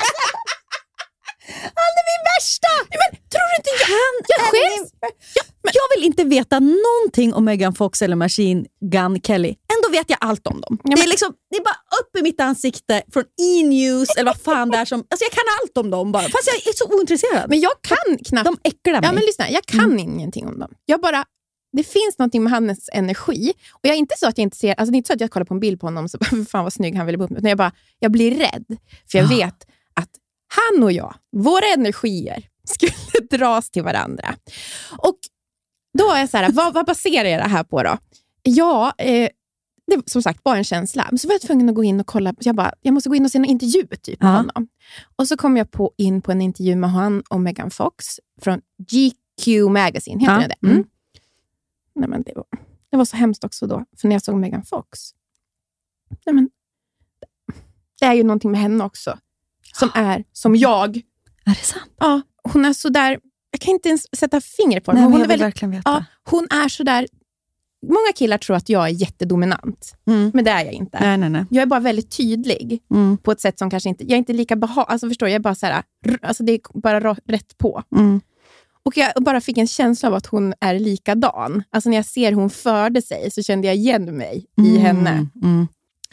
Han är min värsta! Ja, men, tror du inte jag? Han jag skäms. Jag, jag vill inte veta någonting om Megan Fox eller Machine Gun Kelly. Ändå vet jag allt om dem. men- det, är liksom, det är bara upp i mitt ansikte från E-news eller vad fan det är som... Alltså jag kan allt om dem bara. Fast jag är så ointresserad. Men jag kan knappt... de äcklar mig. Ja, men lyssna, jag kan ingenting om dem. Jag bara... Det finns någonting med hans energi. Och jag är inte så att jag inte ser... Alltså det är inte så att jag kollar på en bild på honom och så bara, fan vad snygg han ville bo med. Utan jag bara, jag blir rädd. För jag vet att han och jag, våra energier skulle dras till varandra. Och då är jag så här, vad, vad baserar jag det här på då? Ja, eh, det var som sagt bara en känsla. Men så var jag tvungen att gå in och kolla. Jag bara, jag måste gå in och se en intervju typ med Ja. honom. Och så kom jag på, in på en intervju med han och Megan Fox från G Q Magazine, heter Ja. det det? Mm. Mm. Nej, men det, var, det var så hemskt också då, för när jag såg Megan Fox. Nej, men, det är ju någonting med henne också. Som är som jag. Är det sant? Ja, hon är så där. Jag kan inte ens sätta finger på det. Nej, men men hon jag är vill väldigt, verkligen veta. ja, hon är så där. Många killar tror att jag är jättedominant. Mm. Men det är jag inte. Nej, nej, nej. Jag är bara väldigt tydlig. Mm. På ett sätt som kanske inte... Jag är inte lika beha... Alltså förstår du? Jag är bara så här... r- Alltså det är bara ra- rätt på. Mm. Och jag bara fick en känsla av att hon är likadan. Alltså när jag ser hur hon förde sig så kände jag igen mig i henne. Mm.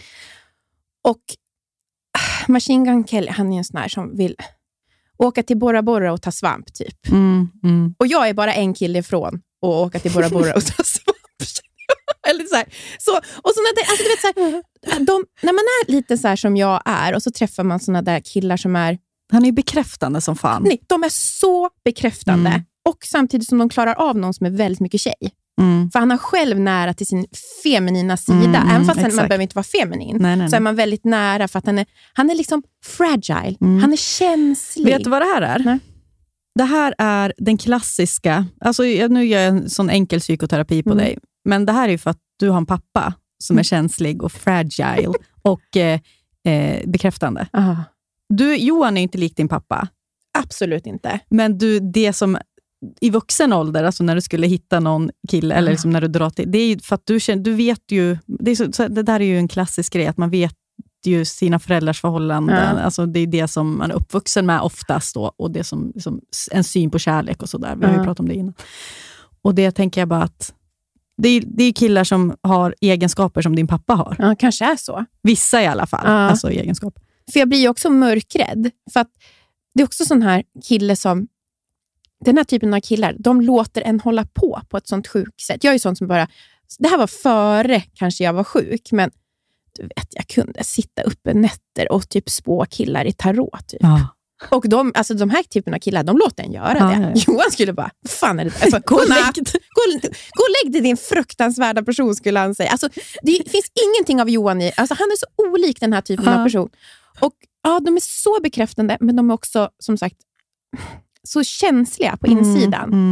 Och ah, Machine Gun Kelly, han är en sån här som vill åka till Bora Bora och ta svamp typ. Mm. Mm. Och jag är bara en kille ifrån att åka till Bora Bora och ta svamp. Eller så här. Så, och såna där, alltså du vet så här, de, när man är lite så här som jag är och så träffar man såna där killar som är, Han är ju bekräftande som fan. nej, de är så bekräftande. Mm. Och samtidigt som de klarar av någon som är väldigt mycket tjej. Mm. För han har själv nära till sin feminina sida. Mm, mm, Även fast han, man exakt. behöver inte vara feminin. Nej, nej, Så är nej. man väldigt nära för att han är, han är liksom fragile. Mm. Han är känslig. Vet du vad det här är? Nej. Det här är den klassiska... Alltså, jag- nu gör jag en sån enkel psykoterapi på Mm. dig. Men det här är ju för att du har en pappa som är känslig och fragile och eh, eh, bekräftande. Aha. Du, Johan är inte lik din pappa. Absolut inte. Men du, det som i vuxen ålder, alltså när du skulle hitta någon kille, eller liksom när du drar till, det är ju för att du känner, du vet ju, det, är så, så, det där är ju en klassisk grej, att man vet ju sina föräldrars förhållanden. Ja. Alltså det är det som man är uppvuxen med oftast då, och det som, som en syn på kärlek och sådär. Vi har ju Ja. pratat om det innan. Och det tänker jag bara att det är, det är killar som har egenskaper som din pappa har. Ja, kanske är så. Vissa i alla fall, Ja. alltså egenskaper. För jag blir ju också mörkrädd. För att det är också sån här kille som... Den här typen av killar, de låter en hålla på på ett sånt sjukt sätt. Jag är ju sånt som bara... Det här var före kanske jag var sjuk, men du vet, jag kunde sitta uppe nätter och typ spå killar i tarot. Typ. Ja. Och de, alltså de här typen av killar, de låter en göra Ja, det. ja, ja. Johan skulle bara, vad fan är det där? Alltså, Gå och godnatt. lägg dig. gå, gå och lägg dig din fruktansvärda person, skulle han säga. Alltså, det finns ingenting av Johan i. Alltså, han är så olik den här typen Ja. av person. Och ja, de är så bekräftande, men de är också, som sagt, så känsliga på insidan. Mm, mm.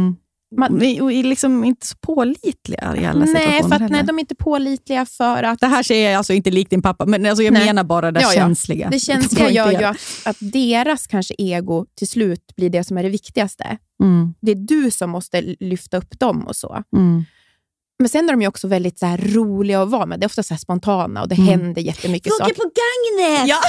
Man, och är liksom inte så pålitliga i alla nej, situationer. för att, nej, de är inte pålitliga för att... Det här säger jag alltså inte likt din pappa, men alltså jag nej. menar bara det ja, känsliga. Ja. Det känsliga gör ju att, att deras kanske ego till slut blir det som är det viktigaste. Mm. Det är du som måste lyfta upp dem och så. Mm. Men sen är de ju också väldigt så här roliga att vara med. Det är ofta så här spontana och det mm. händer jättemycket saker. Åker på Gagnef! Ja.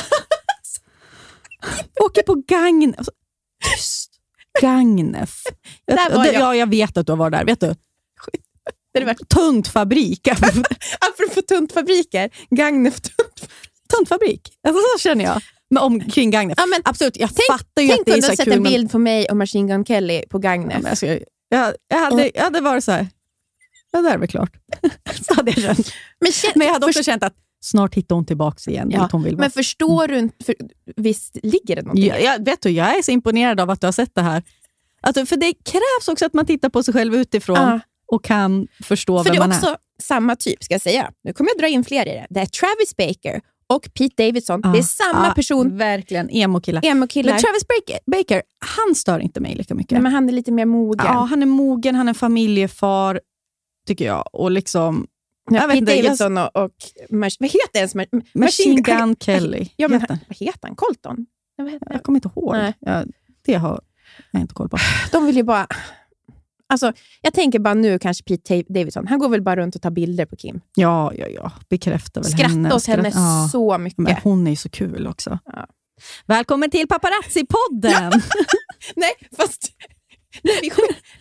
Åker på Gagnef. Tyst. Gagnef. Jag. Ja, jag vet att du har varit där. Vet du? Det är det tuntfabrik. Apropå tuntfabriker. Gagnef tunt. Tuntfabrik. Alltså så känner jag. Men omkring Gagnef. Ja, men, absolut, jag tänk, fattar ju tänk att det är så kul. Tänk om du sett en bild på mig och Machine Gun Kelly på Gagnef. Ja, alltså, jag, jag, jag, hade, jag hade varit så här. Ja, det är väl klart. Så hade jag känt. Men, känt, men jag hade också för... känt att snart hittar hon tillbaka igen. Ja, hon vill men förstår du för, visst ligger det någonting? Ja, jag, vet du, jag är så imponerad av att du har sett det här. Alltså, för det krävs också att man tittar på sig själv utifrån uh. och kan förstå för vem man är. För det är också samma typ, ska jag säga. Nu kommer jag dra in fler i det. Det är Travis Baker och Pete Davidson. Uh. Det är samma uh. person. Verkligen, emo-killar. Emo-killar. Men Travis Baker, Baker, han stör inte mig lika mycket. Nej, men han är lite mer mogen. Ja, han är mogen, han är familjefar, tycker jag. Och liksom... Ja, jag Pete vet Davidson jag... och, och... Vad heter ens? Machine, Machine Gun Kelly. Ja, men, vad heter han? Colton? Jag, jag kommer inte ihåg. Ja, det har jag inte koll på. De vill ju bara... Alltså, jag tänker bara nu kanske Pete Davidson. Han går väl bara runt och tar bilder på Kim. Ja, ja, ja. Bekräftar väl Skratta henne. Åt henne ja. så mycket. Men hon är ju så kul också. Ja. Välkommen till Paparazzi-podden! Ja. Nej, fast... Nej, vi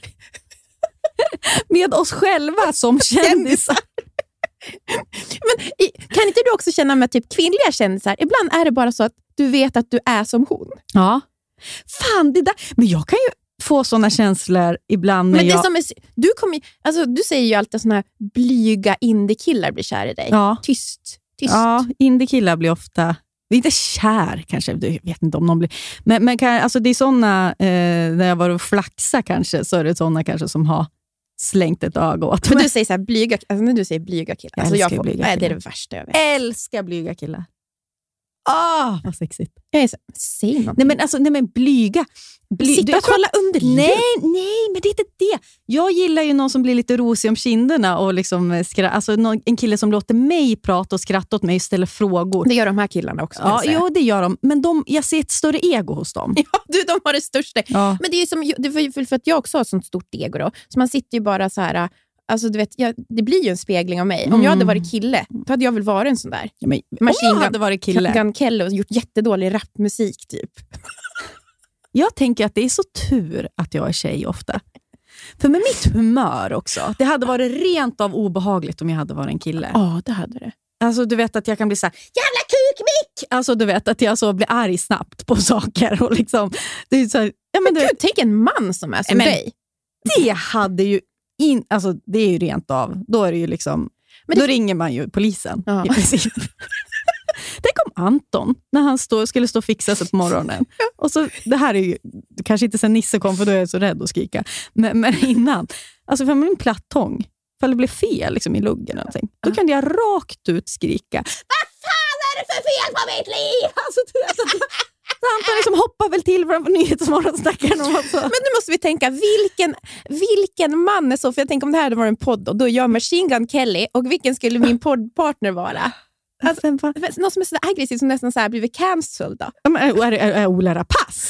med oss själva som kändisar. Men kan inte du också känna med typ kvinnliga kändisar? Ibland är det bara så att du vet att du är som hon. Ja. Fan, det där. Men jag kan ju få såna känslor ibland när men det jag... som är, du, kommer, alltså, du säger ju alltid såna här blyga indiekillar blir kär i dig. Ja. Tyst, tyst. Ja, indiekillar blir ofta... Inte kär kanske, jag vet inte om någon blir... Men, men kan, alltså, det är såna, eh, när jag var och flaxa kanske, så är det såna kanske som har slängt ett öga åt. Men du säger så här, blyga, alltså när du säger blyga killar. Jag alltså jag får, blyga killar. Nej, det är det värsta jag vet. Älskar blyga killar. Ah, oh, vad sexigt. Jag är så, säg någonting. Nej men, alltså, nej, men blyga. Bly, Sitta och kolla under livet. Nej, nej, men det är inte det. Jag gillar ju någon som blir lite rosig om kinderna och liksom skra, alltså någon, en kille som låter mig prata och skratta åt mig och ställer frågor. Det gör de här killarna också. Ja, jo, det gör de. Men de, jag ser ett större ego hos dem. Ja, du, de har det största. Ja. Men det är ju som, det är för att jag också har ett sånt stort ego då. Så man sitter ju bara så här... Alltså du vet, jag, det blir ju en spegling av mig. Om mm. jag hade varit kille, då hade jag väl varit en sån där. Ja, men, om jag hade varit kille. Gun Kelly och gjort jättedålig rapmusik typ. Jag tänker att det är så tur att jag är tjej ofta. För med mitt humör också. Det hade varit rent av obehagligt om jag hade varit en kille. Ja, det hade det. Alltså du vet att jag kan bli så här, jävla kukmick! Alltså du vet att jag så blir arg snabbt på saker. Och liksom, det är så här, ja, men men du, gud, tänk en man som är som men, dig. Det hade ju in, alltså det är ju rent av, då är det ju liksom, men det, då ringer man ju polisen ja. I princip. Tänk om Anton, när han stå, skulle stå och fixa sig på morgonen. Och så, det här är ju, kanske inte sen Nisse kom för då är jag så rädd att skrika. Men, men innan, alltså för man en plattång, för det blev fel liksom, i luggen eller någonting, då kan jag rakt ut skrika, vad fan är det för fel på mitt liv? Alltså du vet att Anton liksom hoppar väl till framför Nyhetsmorgon. Men nu måste vi tänka, vilken, vilken man är så? För jag tänker om det här hade varit en podd och då är jag Machine Gun Kelly och vilken skulle min poddpartner vara? Alltså, någon som är så aggressiv som nästan så här blivit cancelled då. Ja, men, är, är, är Ola Rapace?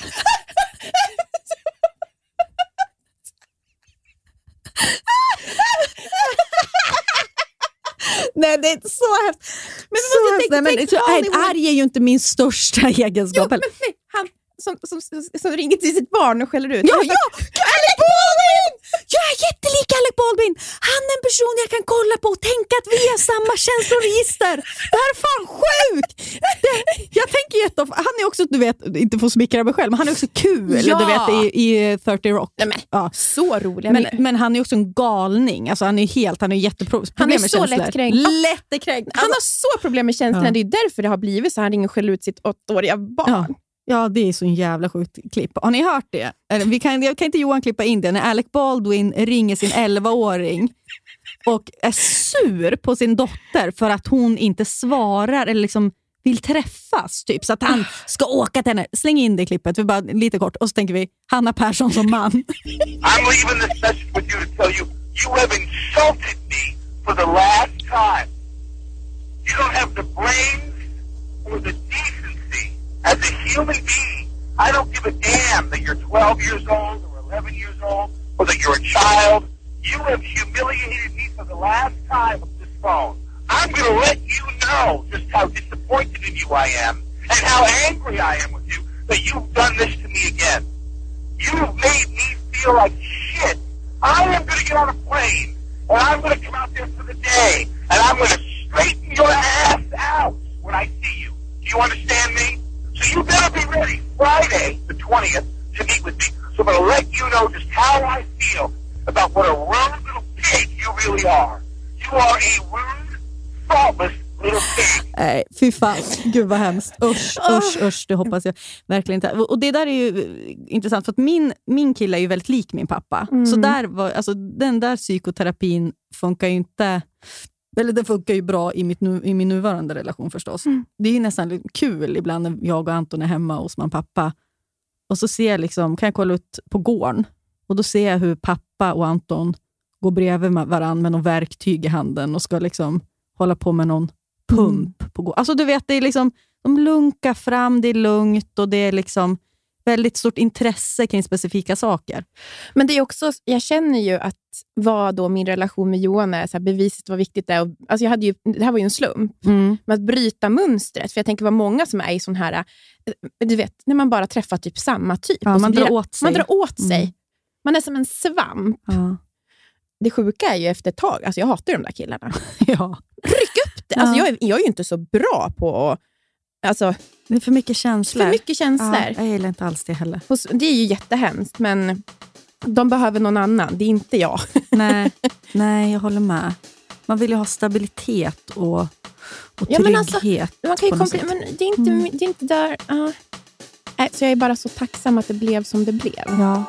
Nej, det är inte så häftigt. Men så måste jag tänka, tänk, men, arg är ju inte min största egenskap. Jo, men nej, han som, som, som, som ringer till sitt barn och skäller ut. Ja, ja! Alec Baldwin! Jag är jättelik Alec Baldwin. Han är en person jag kan kolla på och tänka att vi är samma känsloregister. Det här är fan sjukt! Det, jag tänker jätteofta, han är också, du vet, inte får smickra mig själv, men han är också kul, ja. Du vet, i, i trettio Rock. Nej, men, ja. Så rolig. Men, men han är också en galning. Alltså, han är helt, han är jätteproblem Han är med så känslor. lättkränkt. Lättkränkt. Han har så problem med känslorna. Ja. Det är därför det har blivit så. Han ringer och skäller ut sitt åttaåriga barn. Ja. Ja, det är så en jävla sjukt klipp. Har ni hört det? Vi kan, jag kan inte Johan klippa in det. När Alec Baldwin ringer sin elvaåring och är sur på sin dotter för att hon inte svarar eller liksom vill träffas typ, så att han ska åka till henne. Släng in det klippet, vi bara lite kort, och så tänker vi Hanna Persson som man. I'm leaving this message with you to tell you you have insulted me for the last time. You don't have the brains or the decency as a human being. I don't give a damn that you're twelve years old or eleven years old or that you're a child. You have humiliated me for the last time with this phone. I'm going to let you know just how disappointed in you I am and how angry I am with you that you've done this to me again. You've made me feel like shit. I am going to get on a plane and I'm going to come out there for the day and I'm going to straighten your ass out when I see you. Do you understand me? So you better be ready Friday the twentieth to meet with me. So I'm going to let you know just how I feel about what a rude little pig you really are. You are a rude, thoughtless little pig. Nej, fy fan. Gud vad hemskt. Usch, usch, usch. Det hoppas jag verkligen inte. Och det där är ju intressant för att min, min kille är ju väldigt lik min pappa. Mm. Så där var, alltså, den där psykoterapin funkar ju inte... Eller det funkar ju bra i, mitt nu, i min nuvarande relation förstås. Mm. Det är ju nästan lite kul ibland när jag och Anton är hemma hos min pappa. Och så ser jag liksom, kan jag kolla ut på gården. Och då ser jag hur pappa och Anton går bredvid varandra med någon verktyg i handen. Och ska liksom hålla på med någon pump mm. på gården. Alltså du vet, det är liksom, de lunkar fram, det är lugnt och det är liksom väldigt stort intresse kring specifika saker. Men det är också, jag känner ju att vad då min relation med Johan är, så här, beviset vad viktigt det är. Och, alltså jag hade ju, det här var ju en slump. Mm. Men att bryta mönstret, för jag tänker vad många som är i sån här, du vet, när man bara träffar typ samma typ. Ja, och man, blir, drar åt sig. man drar åt sig. Mm. Man är som en svamp. Ja. Det sjuka är ju efter ett tag, alltså jag hatar de där killarna. Ja. Ryck upp det! Alltså ja. jag, är, jag är ju inte så bra på att, alltså, det är för mycket känslor. För mycket känslor. Ja, jag gillar inte alls det heller. Det är ju jättehemskt, men de behöver någon annan. Det är inte jag. Nej, nej, jag håller med. Man vill ju ha stabilitet och, och ja, trygghet. Men alltså, man kan ju kompl- men det är inte, mm. det är inte där... Uh. Nej, så jag är bara så tacksam att det blev som det blev. Ja.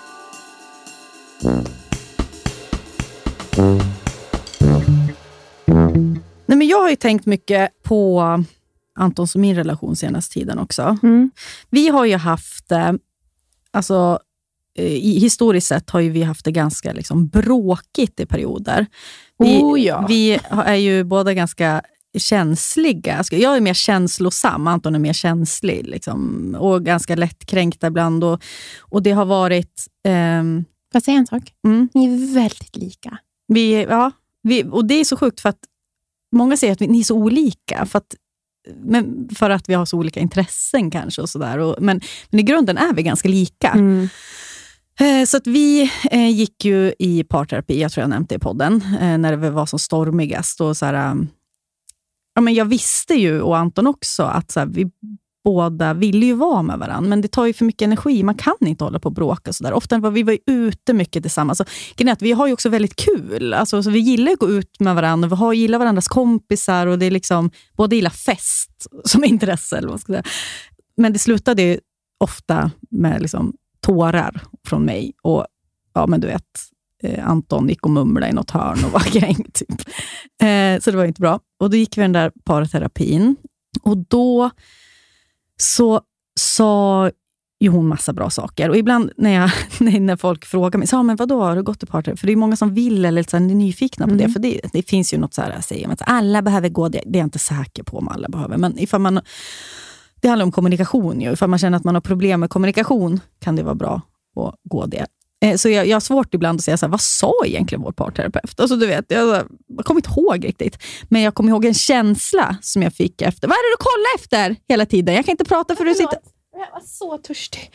Nej, men jag har ju tänkt mycket på Antons och min relation senaste tiden också. Mm. Vi har ju haft, alltså i, historiskt sett har ju vi haft det ganska liksom bråkigt i perioder. Vi, oh, ja. vi är ju båda ganska känsliga. Jag är mer känslosam, Anton är mer känslig liksom, och ganska lättkränkt ibland. Och, och det har varit... Ehm, Får jag säga en sak? Mm. Ni är väldigt lika. Vi, ja, vi, och det är så sjukt för att många säger att vi, ni är så olika för att, men för att vi har så olika intressen kanske och sådär. Och, men, men i grunden är vi ganska lika. Mm. Eh, så att vi eh, gick ju i parterapi, jag tror jag nämnde det i podden, eh, när det var som stormigast. Och så här, um, ja, men jag visste ju, och Anton också, att så här, vi båda ville ju vara med varandra, men det tar ju för mycket energi. Man kan inte hålla på och bråka så där. Ofta var vi var ute mycket tillsammans. Alltså, vi har ju också väldigt kul. Alltså, så vi gillar att gå ut med varandra. Vi har, gillar varandras kompisar och det är liksom, både gillar fest som intresse. Eller vad ska jag säga. Men det slutade ju ofta med liksom tårar från mig. Och ja, men du vet, eh, Anton gick och mumlade i något hörn och var kränkt typ. Eh, så det var inte bra. Och då gick vi den där parterapin. Och då så sa ju hon massa bra saker. Och ibland när, jag, när folk frågar mig, så, men vadå, har du gått i parterapi? För det är många som vill eller så här, är nyfikna på mm. det. För det, det finns ju något så här, säger att alla behöver gå, det, det är jag inte säker på om alla behöver. Men ifall man, det handlar om kommunikation ju. Ifall man känner att man har problem med kommunikation kan det vara bra att gå det. Så jag, jag har svårt ibland att säga så här, vad sa egentligen vår parterapeut? Alltså du vet, jag, jag kommer inte ihåg riktigt. Men jag kommer ihåg en känsla som jag fick efter. Vad är det du kollar efter hela tiden? Jag kan inte prata för du sitter... Jag var så törstig.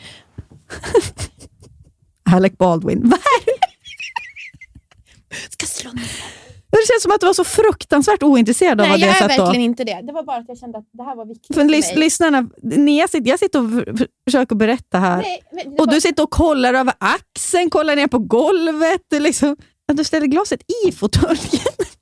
Alec Baldwin. Vad är det? Ska slå ner. Det känns som att du var så fruktansvärt ointresserad av Nej, vad det jag är satt verkligen då. inte det. Det var bara att jag kände att det här var viktigt för, för lys- mig. Lyssnarna, jag, sitter, jag sitter och f- försöker berätta här. Nej, men och var... du sitter och kollar över axeln, kollar ner på golvet. Du, liksom, att du ställer glaset i fåtöljen.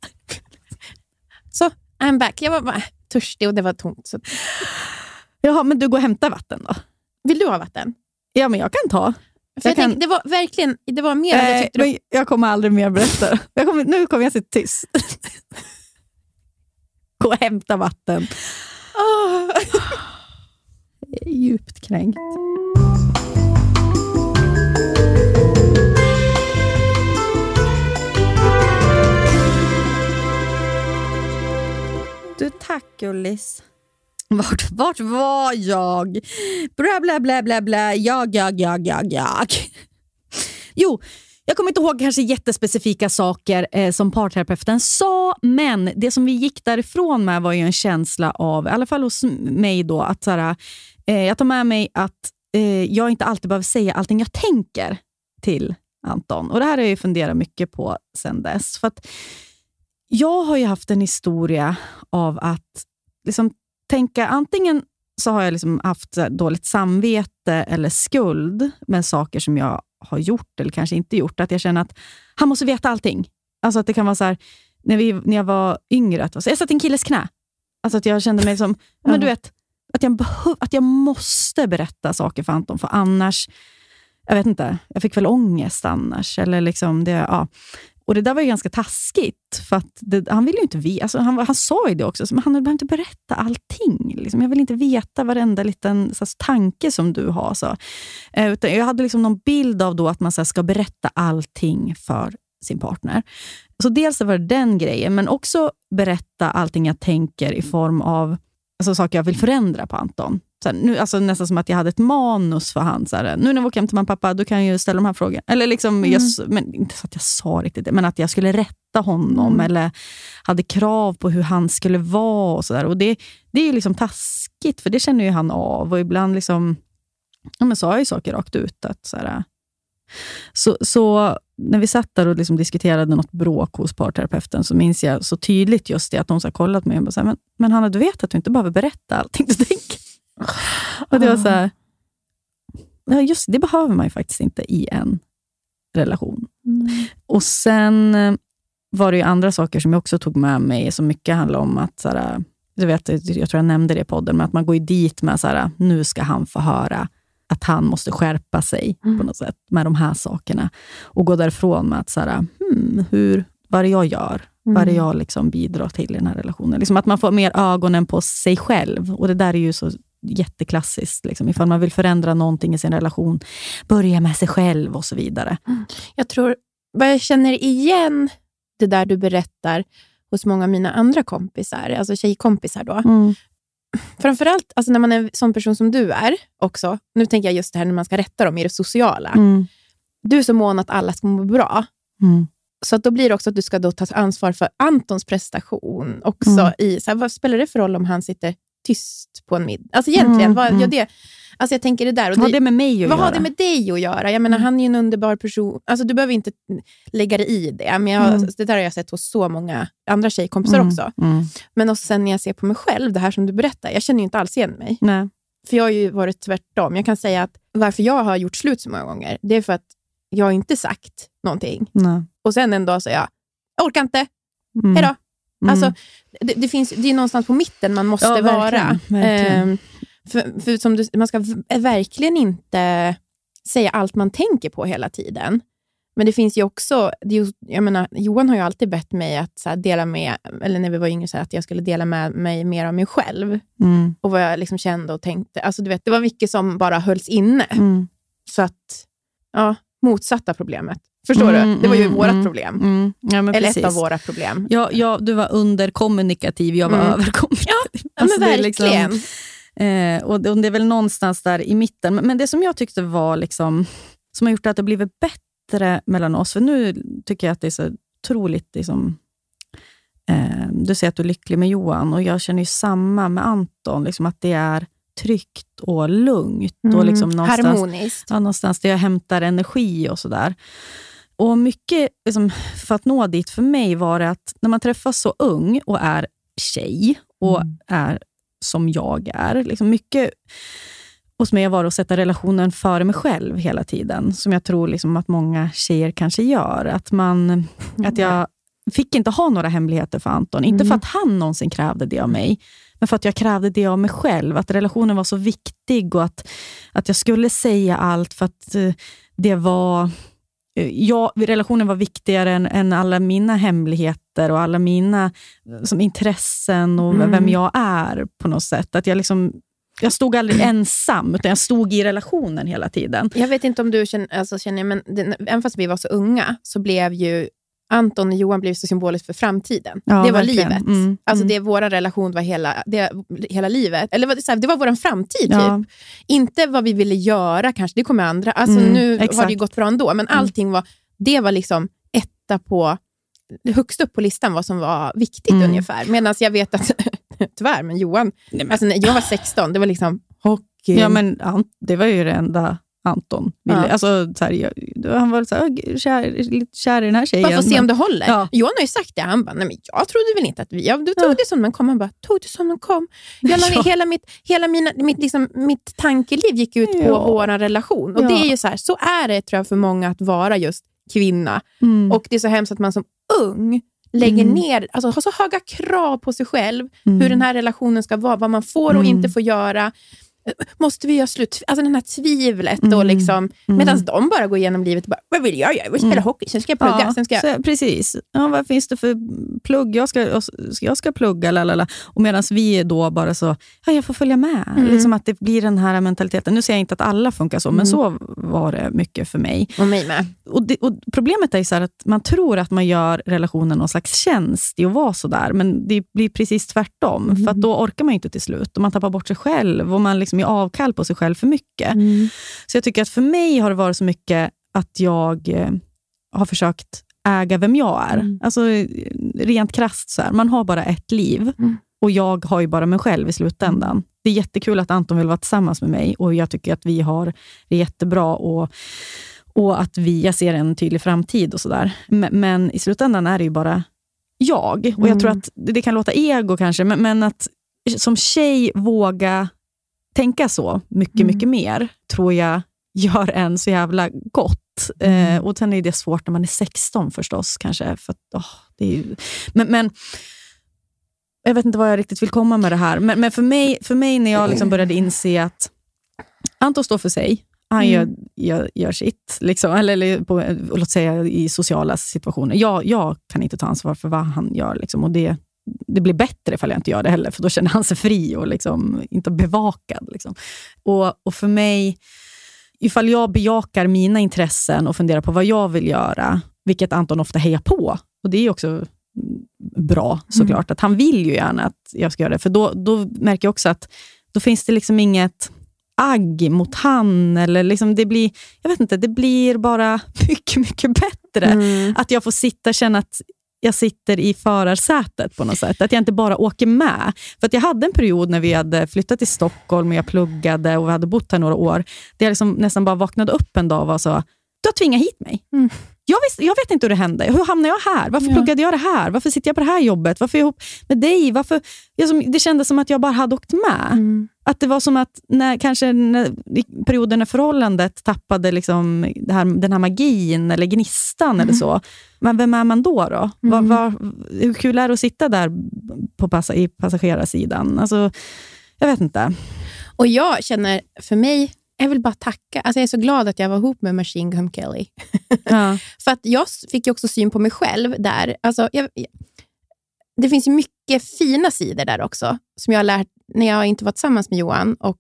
Så, I'm back. Jag var bara törstig och det var tomt. Så... Jaha, men du går och hämtar vatten då? Vill du ha vatten? Ja, men jag kan ta. För jag jag kan... tänkte, det var verkligen, det var mer äh, jag tyckte men jag kommer aldrig mer berätta. Jag kommer, nu kommer jag sitta tyst. Gå och hämta vatten. Oh. Djupt kränkt. Du, tack Ullis. Vart, vart var jag? Bla bla bla bla bla. Jag, jag, jag, jag, jag. Jo, jag kommer inte ihåg kanske jättespecifika saker eh, som parterapeuten sa, men det som vi gick därifrån med var ju en känsla av, i alla fall hos mig då, att så här, eh, jag tar med mig att eh, jag inte alltid behöver säga allting jag tänker till Anton. Och det här har jag ju funderat mycket på sedan dess. För att jag har ju haft en historia av att liksom tänka, antingen så har jag liksom haft dåligt samvete eller skuld med saker som jag har gjort eller kanske inte gjort. Att jag känner att han måste veta allting. Alltså att det kan vara så här, när, vi, när jag var yngre, att jag satt i en killes knä. Alltså att jag kände mig som, ja. men du vet, att jag, behöv, att jag måste berätta saker för Anton, för annars, jag vet inte, jag fick väl ångest annars. Eller liksom det, ja. Och det där var ju ganska taskigt, för att det, han ville ju inte veta, alltså han, han sa ju det också, men han behöver inte berätta allting. Liksom. Jag vill inte veta varenda liten så, tanke som du har. Så. Eh, utan jag hade liksom någon bild av då att man så, ska berätta allting för sin partner. Så dels var det den grejen, men också berätta allting jag tänker i form av alltså, saker jag vill förändra på Anton. Så här, nu, alltså nästan som att jag hade ett manus för han. Så här, nu när vi åker hem till mamma och pappa, då kan jag ju ställa de här frågorna. Eller liksom, mm. jag, men inte så att jag sa riktigt det, men att jag skulle rätta honom. Mm. Eller hade krav på hur han skulle vara och sådär. Och det, det är ju liksom taskigt, för det känner ju han av. Och ibland liksom, ja men sa jag ju saker rakt ut. Att, så, här, så, så när vi satt där och liksom diskuterade något bråk hos parterapeuten, så minns jag så tydligt just det, att de så kollat mig och bara så här, men, men Hanna, du vet att du inte behöver berätta allting du tänker. Och det var så här, ja just det behöver man ju faktiskt inte i en relation. Mm. Och sen var det ju andra saker som jag också tog med mig, som mycket handlar om att så här, du vet, jag tror jag nämnde det i podden, men att man går ju dit med så här, nu ska han få höra att han måste skärpa sig mm. på något sätt med de här sakerna, och gå därifrån med att så här, hmm, hur, vad det jag gör, mm. vad det jag liksom bidrar till i den här relationen. Liksom att man får mer ögonen på sig själv, och det där är ju så jätteklassiskt, liksom, ifall man vill förändra någonting i sin relation, börja med sig själv och så vidare. Mm. Jag tror, vad jag känner igen det där du berättar hos många av mina andra kompisar, alltså tjejkompisar då. Mm. Framförallt alltså när man är en sån person som du är också, nu tänker jag just det här när man ska rätta dem i det sociala. Mm. Du är så mån att alla ska må bra. Mm. Så att då blir det också att du ska då ta ansvar för Antons prestation också. Mm. I, så här, vad spelar det för roll om han sitter tyst på en middag? Alltså egentligen, mm. vad gör det? Alltså jag tänker det där. Och vad har det med mig att vad göra? Vad har det med dig att göra? Jag menar, mm. han är ju en underbar person. Alltså du behöver inte lägga det i det. Men jag, mm. det där har jag sett hos så många andra tjejkompisar mm. också. Mm. Men också sen när jag ser på mig själv, det här som du berättar, jag känner ju inte alls igen mig. Nej. För jag har ju varit tvärtom. Jag kan säga att varför jag har gjort slut så många gånger, det är för att jag har inte sagt någonting. Nej. Och sen en dag säger jag, jag orkar inte. Mm. Hejdå. Mm. Alltså, det, det, finns, det är någonstans på mitten man måste ja, verkligen, vara. Verkligen. Eh, för för som du, man ska v- verkligen inte säga allt man tänker på hela tiden. Men det finns ju också, det, jag menar, Johan har ju alltid bett mig att så här, dela med, eller när vi var yngre så här, att jag skulle dela med mig mer av mig själv. Mm. Och vad jag liksom kände och tänkte. Alltså du vet, det var mycket som bara hölls inne. Mm. Så att, ja, motsatta problemet. Förstår mm, du? Det var ju mm, vårat mm, problem. Mm. Ja, eller precis. Ett av våra problem. Ja, ja, du var underkommunikativ, jag var mm. överkommunikativ. Ja, ja alltså, men verkligen. Liksom, eh, och, det, och det är väl någonstans där i mitten. Men, men det som jag tyckte var liksom, som har gjort att det blivit bättre mellan oss. För nu tycker jag att det är så otroligt liksom, eh, du säger att du är lycklig med Johan. Och jag känner ju samma med Anton. Liksom, att det är tryggt och lugnt. Mm. Och liksom någonstans, harmoniskt. Ja, någonstans där jag hämtar energi och sådär. Och mycket liksom, för att nå dit för mig var det att när man träffas så ung och är tjej och mm. är som jag är. Liksom mycket hos mig var att sätta relationen före mig själv hela tiden. Som jag tror liksom, att många tjejer kanske gör. Att, man, mm. att jag fick inte ha några hemligheter för Anton. Inte mm. för att han någonsin krävde det av mig. Men för att jag krävde det av mig själv. Att relationen var så viktig och att, att jag skulle säga allt för att det var... jag, relationen var viktigare än, än alla mina hemligheter och alla mina som intressen och mm. vem jag är på något sätt. Att jag liksom jag stod aldrig ensam, utan jag stod i relationen hela tiden. Jag vet inte om du känner, alltså känner men det, även fast vi var så unga så blev ju Anton och Johan blev så symboliskt för framtiden. Ja, det var verkligen. Livet. Mm, alltså mm. det vår relation var hela, det, hela livet. Eller så här, det var vår framtid ja. Typ. Inte vad vi ville göra kanske, det kommer andra. Alltså mm, nu exakt. Har det ju gått bra ändå. Men allting var, det var liksom etta på, högst upp på listan vad som var viktigt mm. ungefär. Medan jag vet att, tyvärr, men Johan, Nej, men. Alltså när jag var sexton, det var liksom hockey. Ja men det var ju det enda Anton ville, ja. Alltså så här, jag, han var så här, kär, lite kär i den här tjejen. Bara för att se om det håller. Ja. Johan har ju sagt det, han bara, nej men jag trodde väl inte att vi, jag, du tog ja. Det som den kom, han bara, tog det som den kom. Jag, ja. Hela, mitt, hela mina, mitt, liksom, mitt tankeliv gick ut ja. På vår relation. Och ja. Det är ju så här, så är det tror jag för många att vara just kvinna. Mm. Och det är så hemskt att man som ung lägger mm. ner, alltså har så höga krav på sig själv, mm. hur den här relationen ska vara, vad man får och mm. inte får göra. Måste vi göra slut? Alltså den här tvivlet mm. och liksom, mm. medan de bara går igenom livet och bara, vad vill jag göra? Jag vill spela mm. hockey, sen ska jag plugga. Ja, sen ska jag... Så, precis. Ja, vad finns det för plugg? Jag ska, jag ska plugga, lalala. Och medan vi är då bara så, ja, jag får följa med. Mm. Liksom att det blir den här mentaliteten. Nu säger jag inte att alla funkar så, mm. men så var det mycket för mig. Och mig med. Och, det, och problemet är ju så här att man tror att man gör relationen någon slags tjänst i att vara så där, men det blir precis tvärtom. Mm. För att då orkar man ju inte till slut. Och man tappar bort sig själv och man liksom är av kall på sig själv för mycket. Mm. Så jag tycker att för mig har det varit så mycket att jag eh, har försökt äga vem jag är. Mm. Alltså rent krasst så här. Man har bara ett liv. Mm. Och jag har ju bara mig själv i slutändan. Det är jättekul att Anton vill vara tillsammans med mig. Och jag tycker att vi har det jättebra. Och, och att vi, jag ser en tydlig framtid och sådär. Men, men i slutändan är det ju bara jag. Och jag mm. tror att det, det kan låta ego kanske. Men, men att som tjej våga tänka så mycket, mm. mycket mer tror jag gör en så jävla gott. Mm. Eh, och sen är det svårt när man är sexton förstås kanske. För att, oh, det är ju... men, men jag vet inte vad jag riktigt vill komma med det här. Men, men för, mig, för mig när jag liksom började inse att Anton står för sig. Han mm. gör, gör, gör sitt. Liksom, eller, eller på, låt säga i sociala situationer. Jag, jag kan inte ta ansvar för vad han gör. Liksom, och det det blir bättre ifall jag inte gör det heller, för då känner han sig fri och liksom inte bevakad. Liksom. Och, och för mig, ifall jag bejakar mina intressen och funderar på vad jag vill göra, vilket Anton ofta hejar på, och det är också bra såklart, mm. att han vill ju gärna att jag ska göra det, för då, då märker jag också att då finns det liksom inget agg mot han, eller liksom det blir, jag vet inte, det blir bara mycket, mycket bättre mm. att jag får sitta och känna att jag sitter i förarsätet på något sätt. Att jag inte bara åker med. För att jag hade en period när vi hade flyttat till Stockholm och jag pluggade och vi hade bott här några år. Där jag liksom nästan bara vaknade upp en dag och var så, du har tvingat hit mig. Mm. Jag, visst, jag vet inte hur det hände. Hur hamnade jag här? Varför ja. pluggade jag det här? Varför sitter jag på det här jobbet? Varför är jag ihop med dig? Varför? Jag som, det kändes som att jag bara hade åkt med. Mm. Att det var som att när, kanske när, i perioden när förhållandet tappade liksom det här, den här magin eller gnistan mm. eller så. Men vem är man då då? Mm. Var, var, hur kul är det att sitta där på passa, i passagerarsidan? Alltså, jag vet inte. Och jag känner, för mig, jag vill bara tacka. Alltså jag är så glad att jag var ihop med Machine Gun Kelly. Ja. För att jag fick ju också syn på mig själv där. Alltså, jag, det finns ju mycket fina sidor där också. Som jag har lärt när jag inte var tillsammans med Johan. Och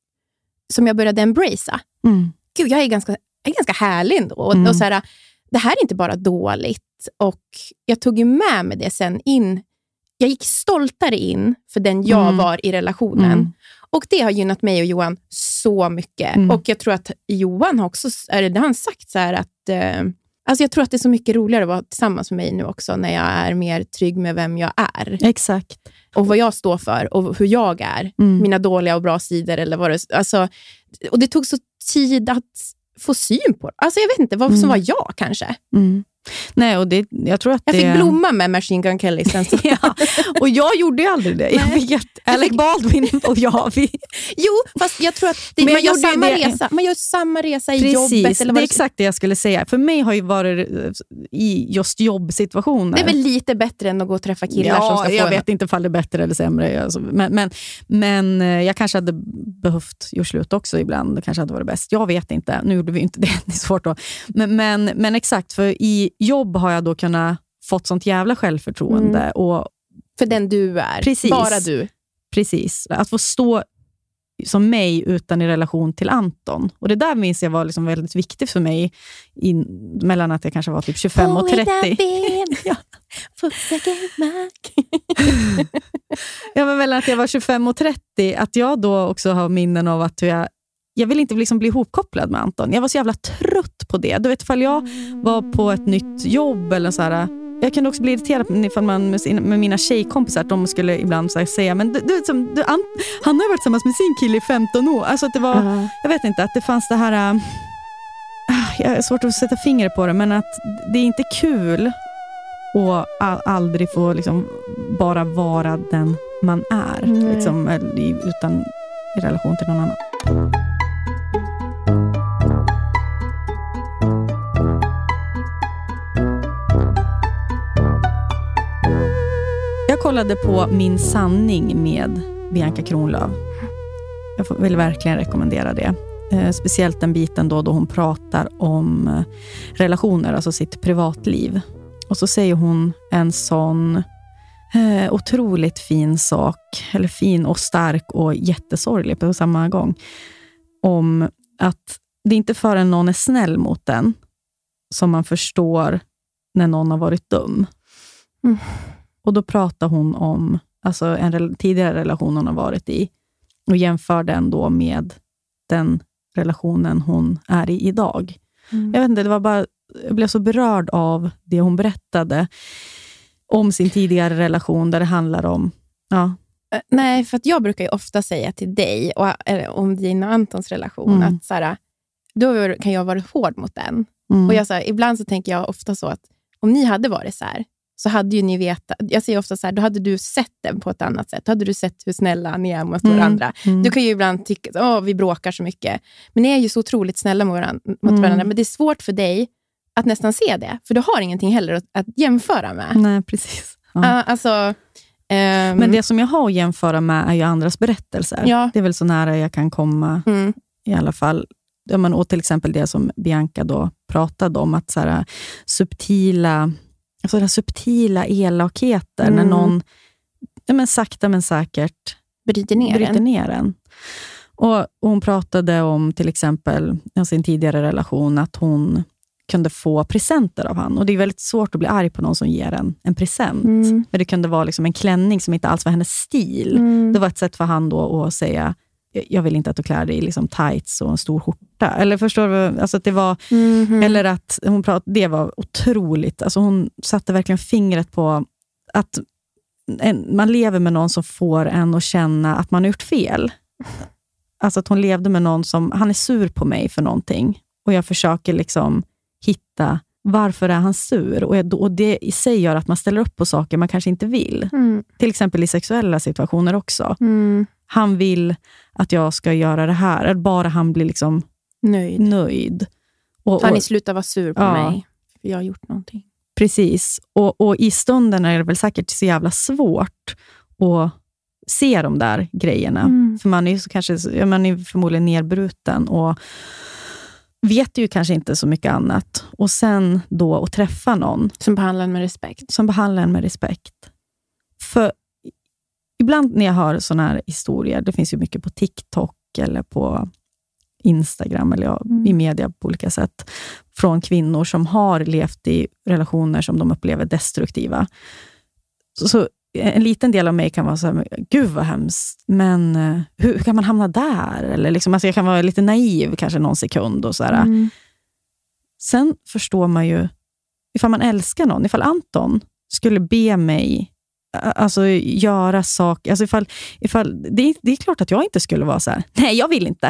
som jag började embracea. Mm. Gud, jag är ganska, jag är ganska härlig ändå. Och, mm. och så här, det här är inte bara dåligt. Och jag tog ju med mig det sen in. Jag gick stoltare in för den jag mm. var i relationen. Mm. Och det har gynnat mig och Johan så mycket. Mm. Och jag tror att Johan har också, eller det har han sagt så här att, eh, alltså jag tror att det är så mycket roligare att vara tillsammans med mig nu också, när jag är mer trygg med vem jag är. Exakt. Och vad jag står för och hur jag är. Mm. Mina dåliga och bra sidor eller vad det, alltså, och det tog så tid att få syn på. Alltså jag vet inte vad som mm. var jag kanske. Mm. Nej, och det, jag tror att Jag det... fick blomma med Machine Gun Kelly sen. Så. Ja, och jag gjorde ju aldrig det. Jag fick ett Alec Baldwin och jag. Vi... Jo, fast jag tror att det, man, gör samma det... resa. man gör samma resa i Precis, jobbet. Eller det är det... exakt det jag skulle säga. För mig har ju varit i just jobbsituationer. Det är väl lite bättre än att gå och träffa killar ja, som ska få jag en... vet inte ifall det är bättre eller sämre. Alltså, men, men, men jag kanske hade behövt göra slut också ibland. Det kanske hade varit bäst. Jag vet inte. Nu gjorde vi inte det. Det är svårt då. Men, men, men exakt, för i jobb har jag då kunnat fått sånt jävla självförtroende. Mm. Och, för den du är. Precis. Bara du. Precis. Att få stå som mig utan i relation till Anton. Och det där minns jag var liksom väldigt viktigt för mig in, mellan att jag kanske var typ tjugofem och trettio. Ja. Ja, men mellan att jag var tjugofem och trettio, att jag då också har minnen av att jag jag vill inte liksom bli ihopkopplad med Anton. Jag var så jävla trött på det. Du vet, ifall jag var på ett nytt jobb eller så här, jag kunde också bli irriterad ifall man med, sin, med mina tjejkompisar, att de skulle ibland så här, säga, men du, du, som, du, han, han har varit tillsammans med sin kille i femton år. Alltså att det var, uh-huh. jag vet inte, att det fanns det här, äh, jag är svårt att sätta fingret på det, men att det är inte kul att all, aldrig få liksom bara vara den man är. Mm. Liksom, utan i relation till någon annan. Jag kollade på Min sanning med Bianca Kronlöf. Jag vill verkligen rekommendera det. Eh, speciellt den biten då, då hon pratar om eh, relationer, alltså sitt privatliv. Och så säger hon en sån eh, otroligt fin sak, eller fin och stark och jättesorglig på samma gång. Om att det är inte förrän någon är snäll mot den som man förstår när någon har varit dum. Mm. Och då pratar hon om alltså en re- tidigare relation hon har varit i och jämför den då med den relationen hon är i idag. Mm. Jag vet inte, det var bara, jag blev så berörd av det hon berättade om sin tidigare relation där det handlar om, ja. Nej, för att jag brukar ju ofta säga till dig och, eller, om din och Antons relation mm. att så här, då kan jag vara hård mot den. Mm. Och jag, så här, ibland så tänker jag ofta så att om ni hade varit så här, så hade ju ni vetat, jag säger ofta så här, då hade du sett den på ett annat sätt. Då hade du sett hur snälla ni är mot mm. varandra. Mm. Du kan ju ibland tycka att oh, vi bråkar så mycket. Men ni är ju så otroligt snälla mot varandra. Mot mm. varandra. Men det är svårt för dig att nästan se det. För du har ingenting heller att, att jämföra med. Nej, precis. Ja. Uh, alltså, um, Men det som jag har att jämföra med är ju andras berättelser. Ja. Det är väl så nära jag kan komma mm. i alla fall. Ja, men, och till exempel det som Bianca då pratade om. Att så här, subtila... Alltså det subtila elakheter mm. när någon ja, men sakta men säkert bryter ner, bryter ner en. Och, och hon pratade om till exempel i sin tidigare relation att hon kunde få presenter av han. Och det är väldigt svårt att bli arg på någon som ger en en present. Mm. Men det kunde vara liksom en klänning som inte alls var hennes stil. Mm. Det var ett sätt för han då att säga, jag vill inte att du klär dig i liksom tights och en stor skjorta. Eller förstår du? Alltså att det var, mm-hmm. eller att hon pratade, det var otroligt. Alltså hon satte verkligen fingret på att en, man lever med någon som får en att känna att man har gjort fel. Alltså att hon levde med någon som, han är sur på mig för någonting. Och jag försöker liksom hitta, varför är han sur? Och, jag, och det i sig gör att man ställer upp på saker man kanske inte vill. Mm. Till exempel i sexuella situationer också. Mm. Han vill att jag ska göra det här. Eller bara han blir liksom nöjd. nöjd. Och, han är sluta vara sur på ja. mig. För jag har gjort någonting. Precis. Och, och i stunden är det väl säkert så jävla svårt att se de där grejerna. Mm. För man är ju så kanske, man är förmodligen nedbruten och vet ju kanske inte så mycket annat. Och sen då att träffa någon. Som behandlar en med respekt. Som behandlar en med respekt. För ibland när jag hör såna här historier, det finns ju mycket på TikTok eller på Instagram eller ja, mm. i media på olika sätt, från kvinnor som har levt i relationer som de upplever destruktiva. Så, så en liten del av mig kan vara så här, gud vad hemskt, men hur, hur kan man hamna där? Eller liksom, alltså jag kan vara lite naiv kanske någon sekund och så här. Mm. Sen förstår man ju, ifall man älskar någon, ifall Anton skulle be mig alltså göra saker, alltså ifall, ifall det, det är klart att jag inte skulle vara så här, nej jag vill inte,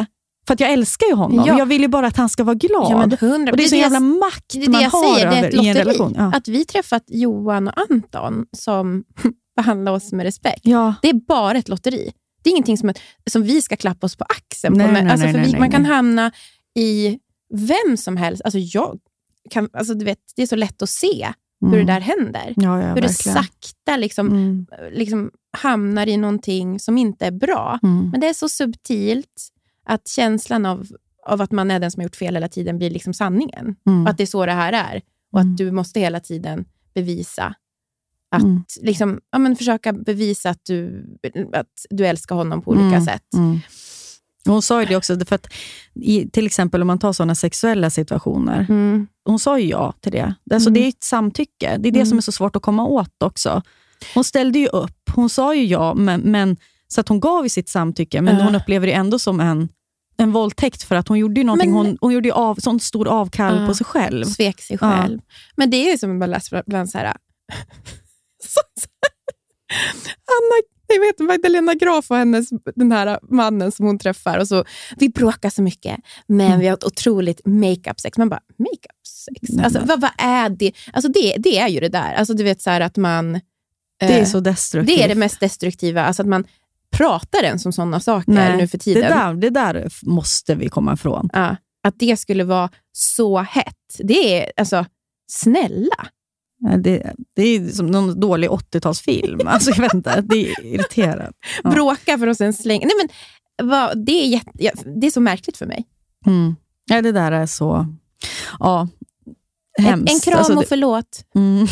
För att jag älskar ju honom. Ja. Jag vill ju bara att han ska vara glad. Ja, men hundra, och det är så det jävla jag, makt det man jag har säger, det är ett över i en lotteri. relation. Ja. Att vi träffat Johan och Anton som behandlar oss med respekt. Ja. Det är bara ett lotteri. Det är ingenting som, som vi ska klappa oss på axeln Nej, på. nej, Alltså, nej, för nej, vi, nej, man kan nej. hamna i vem som helst. Alltså jag kan, alltså du vet, det är så lätt att se hur Mm. det där händer. Ja, ja, hur det verkligen. sakta liksom, Mm. liksom hamnar i någonting som inte är bra. Mm. Men det är så subtilt att känslan av, av att man är den som har gjort fel hela tiden blir liksom sanningen. Mm. Och att det är så det här är. Och Mm. att du måste hela tiden bevisa att Mm. liksom, ja, men försöka bevisa att du, att du älskar honom på olika Mm. sätt. Mm. Hon sa ju det också, för att i, till exempel om man tar sådana sexuella situationer, Mm. hon sa ju ja till det. Alltså, Mm. det är ett samtycke. Det är det Mm. som är så svårt att komma åt också. Hon ställde ju upp. Hon sa ju ja, men, men så att hon gav i sitt samtycke, men Ja. hon upplever det ändå som en, en våldtäkt, för att hon gjorde ju någonting, Men- hon, hon gjorde ju av, sån stor avkall Ja. på sig själv. Svek sig Ja. själv. Men det är ju som man läser bland så här... så, så, Anna, jag vet Magdalena Graf och hennes, den här mannen som hon träffar. Och så, vi bråkar så mycket, men Mm. vi har ett otroligt make-up-sex. Man bara, make-up-sex? Nej, Alltså, men- vad, vad är det? Alltså, det? Det är ju det där. Alltså, du vet så här att man... Det är eh, så destruktivt. det är det mest destruktiva. Alltså att man pratar ens om sådana saker Nej, nu för tiden. Det där, det där måste vi komma ifrån. Ja, att det skulle vara så hett. Det är, alltså, snälla. Nej, Det, det är som någon dålig åttiotalsfilm. Alltså, jag vet inte, det är irriterande. Ja. Bråka för att sen slänga. Nej, men, vad, det, är jätte, ja, det är så märkligt för mig. Mm. Ja, det där är så... Ja, En, hemskt. en kram Alltså, och det- förlåt. Mm.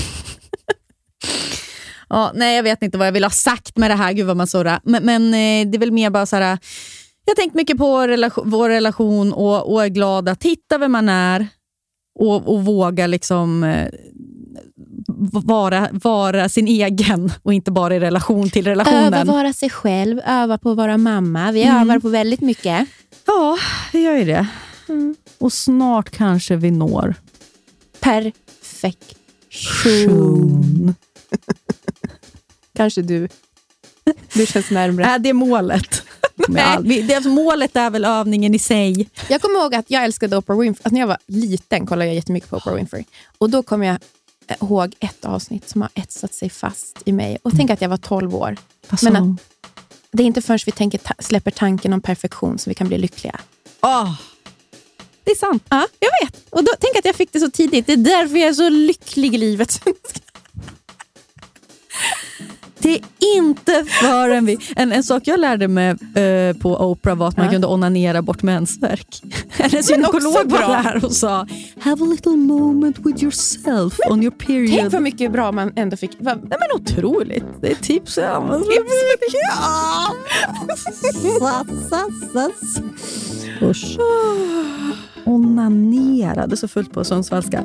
Ja, nej, jag vet inte vad jag vill ha sagt med det här. Gud vad man sårar. Men, men eh, det är väl mer bara så här... Jag har tänkt mycket på relation, vår relation och, och är glad att titta vem man är och, och våga liksom eh, vara, vara sin egen och inte bara i relation till relationen. Öva vara sig själv, öva på att vara mamma. Vi Mm. övar på väldigt mycket. Ja, vi gör ju det. Mm. Och snart kanske vi når Perfektion. Kanske du. Du känns närmare. Är det målet? Med all, vi- det, målet är väl övningen i sig. Jag kommer ihåg att jag älskade Oprah Winfrey. Alltså när jag var liten kollade jag jättemycket på Oprah Winfrey. Och då kommer jag ihåg ett avsnitt som har etsat sig fast i mig. Och tänk att jag var tolv år. Alltså, Men att det är inte förrän vi tänker, ta- släpper tanken om perfektion som vi kan bli lyckliga. åh, det är sant. Ja, jag vet. Och då, tänk att jag fick det så tidigt. Det är därför jag är så lycklig i livet. Det är inte förrän vi... En, en sak jag lärde mig eh, på Oprah var att man Ja. kunde onanera bort mensvärk. Hennes Men också gynekolog bra. var där och sa have a little moment with yourself on your period. Tänk vad mycket bra man ändå fick. Va? Nej, men otroligt. Det är tips jag använder. Tips. Usch. Onanera. Det är så fullt på sundsvallska.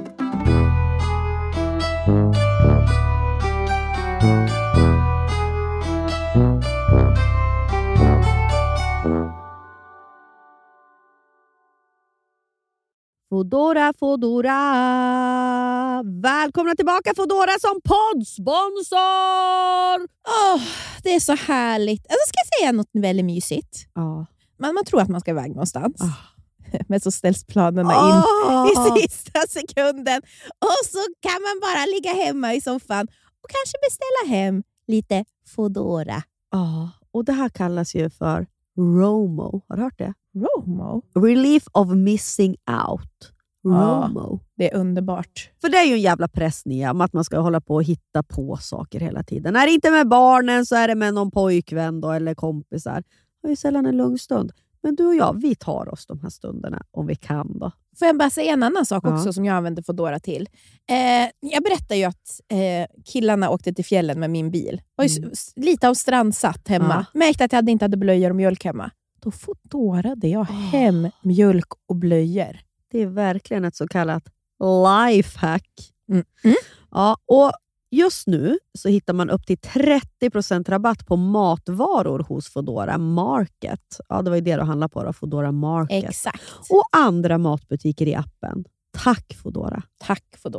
Foodora, Foodora. Välkomna tillbaka Foodora som poddsponsor! Åh, det är så härligt. Alltså, ska jag säga något väldigt mysigt? Ja. Man, man tror att man ska iväg någonstans. Ah. Men så ställs planerna in Oh. i sista sekunden. Och så kan man bara ligga hemma i soffan och kanske beställa hem lite Foodora. Ja, och det här kallas ju för ROMO. Har du hört det? Romo. Relief of missing out. Ja. ROMO. Det är underbart. För det är ju en jävla press Nia, om att man ska hålla på och hitta på saker hela tiden. Är det inte med barnen så är det med någon pojkvän då, eller kompisar. Det är ju sällan en lugn stund. Men du och jag, vi tar oss de här stunderna om vi kan då. Får jag bara säga en annan sak också Ja. som jag använder Foodora till. Eh, jag berättade ju att eh, killarna åkte till fjällen med min bil. Var ju Mm. s- lite av strandsatt hemma. Märkte att jag inte hade blöjor och mjölk hemma. Då Foodorade jag hem mjölk och blöjor. Det är verkligen ett så kallat lifehack. Mm. Mm. Ja, och just nu så hittar man upp till trettio procent rabatt på matvaror hos Foodora Market. Ja, det var ju det du handlade på då, Foodora Market. Exakt. Och andra matbutiker i appen. Tack Foodora. Tack Foodora.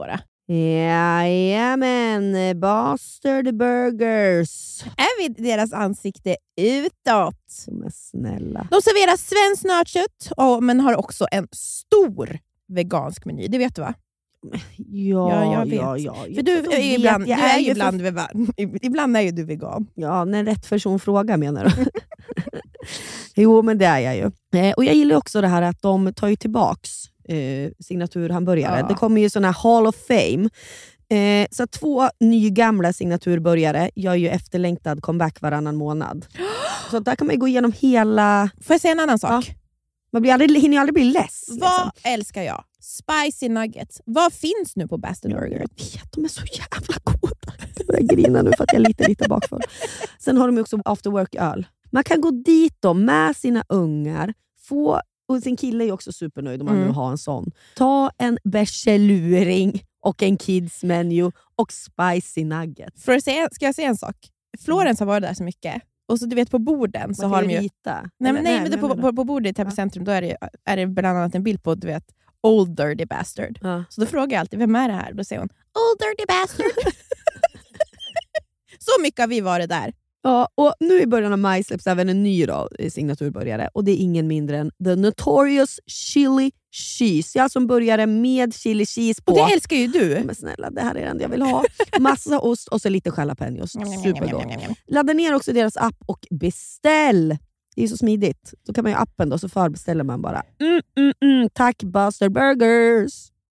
Jajamän, Bastard Burgers. Är vi deras ansikte utåt? Men snälla. De serverar svenskt nötkött, oh, men har också en stor vegansk meny. Det vet du va? Ja, ja, jag vet. ja, ja. För du, jag är ibland, vet, jag du är, är ju ju ibland, för... vegan. ibland är ju du vegan. Ja, när rätt person frågar menar du? Jo, men det är jag ju. Eh, och jag gillar också det här att de tar ju tillbaks eh, signaturhamburgare. Ja. Det kommer ju sån här Hall of Fame. Eh, så två nygamla signaturbörjare gör ju efterlängtad comeback varannan månad. Så där kan man ju gå igenom hela... Får jag säga en annan sak? Ja. Man blir aldrig, hinner ju aldrig bli less. Vad liksom. älskar jag? Spicy nuggets. Vad finns nu på Bastard Burger? Jag vet, de är så jävla goda. Jag börjar grina nu för att jag är lite, lite bakför. Sen har de ju också after work-öl. Man kan gå dit då med sina ungar. Få, och sin kille är ju också supernöjd om man Mm. nu har en sån. Ta en bärseluring och en kids menu och spicy nuggets. För att säga, ska jag säga en sak? Florens har varit där så mycket. Och så du vet på borden så Man har kan de ju... rita. Nej, men, nej, men det, på, på, på bordet i Täby centrum då är det, är det bland annat en bild på, du vet, Old Dirty Bastard. Ja. Så då frågar jag alltid, vem är det här? Då säger hon, Old Dirty Bastard. Så mycket har vi varit där. Ja, och nu i början av maj släpps även en ny då, signaturbörjare. Och det är ingen mindre än The Notorious Chili Cheese. Jag som började med chili cheese på. Och det älskar ju du. Men snälla, det här är det jag vill ha. Massa ost och så lite jalapenos. Supergott. Ladda ner också deras app och beställ. Det är så smidigt. Så kan man ju appen då, så förbeställer man bara. Mm, mm, mm. Tack Bastard Burgers.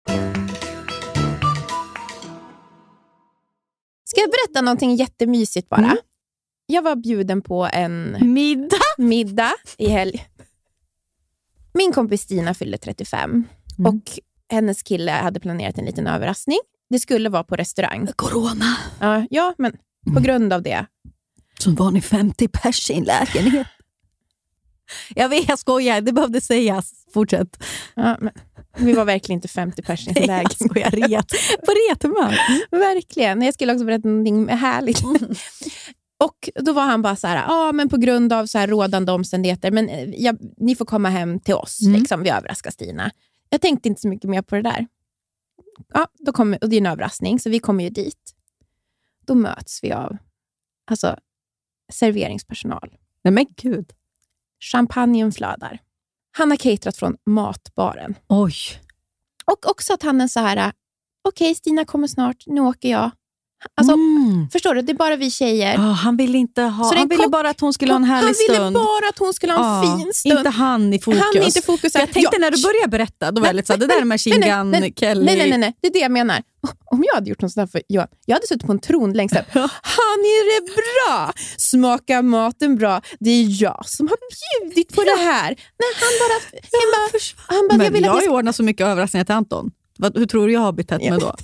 Ska jag berätta någonting jättemysigt bara? Mm. Jag var bjuden på en Middag. middag i helg. Min kompis Stina fyllde trettiofem. Mm. Och hennes kille hade planerat en liten överraskning. Det skulle vara på restaurang. Corona. Ja, ja men på grund av det. Så var ni femtio pers i en lägenhet. Jag vet, jag skojar. Det behövde sägas. Fortsätt. Ja, men vi var verkligen inte femtio personer i lägen. Jag skojar. Ret. På retemör. Verkligen. Jag skulle också berätta någonting härligt. Och då var han bara så här, ja ah, men på grund av så här rådande omständigheter, men jag, ni får komma hem till oss, Mm. liksom, vi överraskar Stina. Jag tänkte inte så mycket mer på det där. Ja, då kommer, och det är en överraskning, så vi kommer ju dit. Då möts vi av alltså, serveringspersonal. Nej men gud. Champagnen flödar. Han har caterat från matbaren. Oj. Och också att han är så här, okej okay, Stina kommer snart, nu åker jag. Alltså, Mm. förstår du, det är bara vi tjejer. Ja, han ville inte ha. Så det är Han ville kock- bara att hon skulle ha en härlig Han ville stund. bara att hon skulle ha en Ja, fin stund. Inte han i fokus. Han är inte fokus. Jag tänkte Ja. när du började berätta, då var jag lite såhär, det där med Nej, nej, Shingan, nej, Kelly. Nej, nej, nej, nej, det är det jag menar. Om jag hade gjort något sådär för jag, jag hade suttit på en tron längst upp. Han är det bra. Smakar maten bra. Det är jag som har bjudit på det här. Nej, han bara... Han bara, han bara Men jag vill jag att har ni ju ordnat så mycket överraskningar till Anton. Vad, hur tror du jag har betett mig då?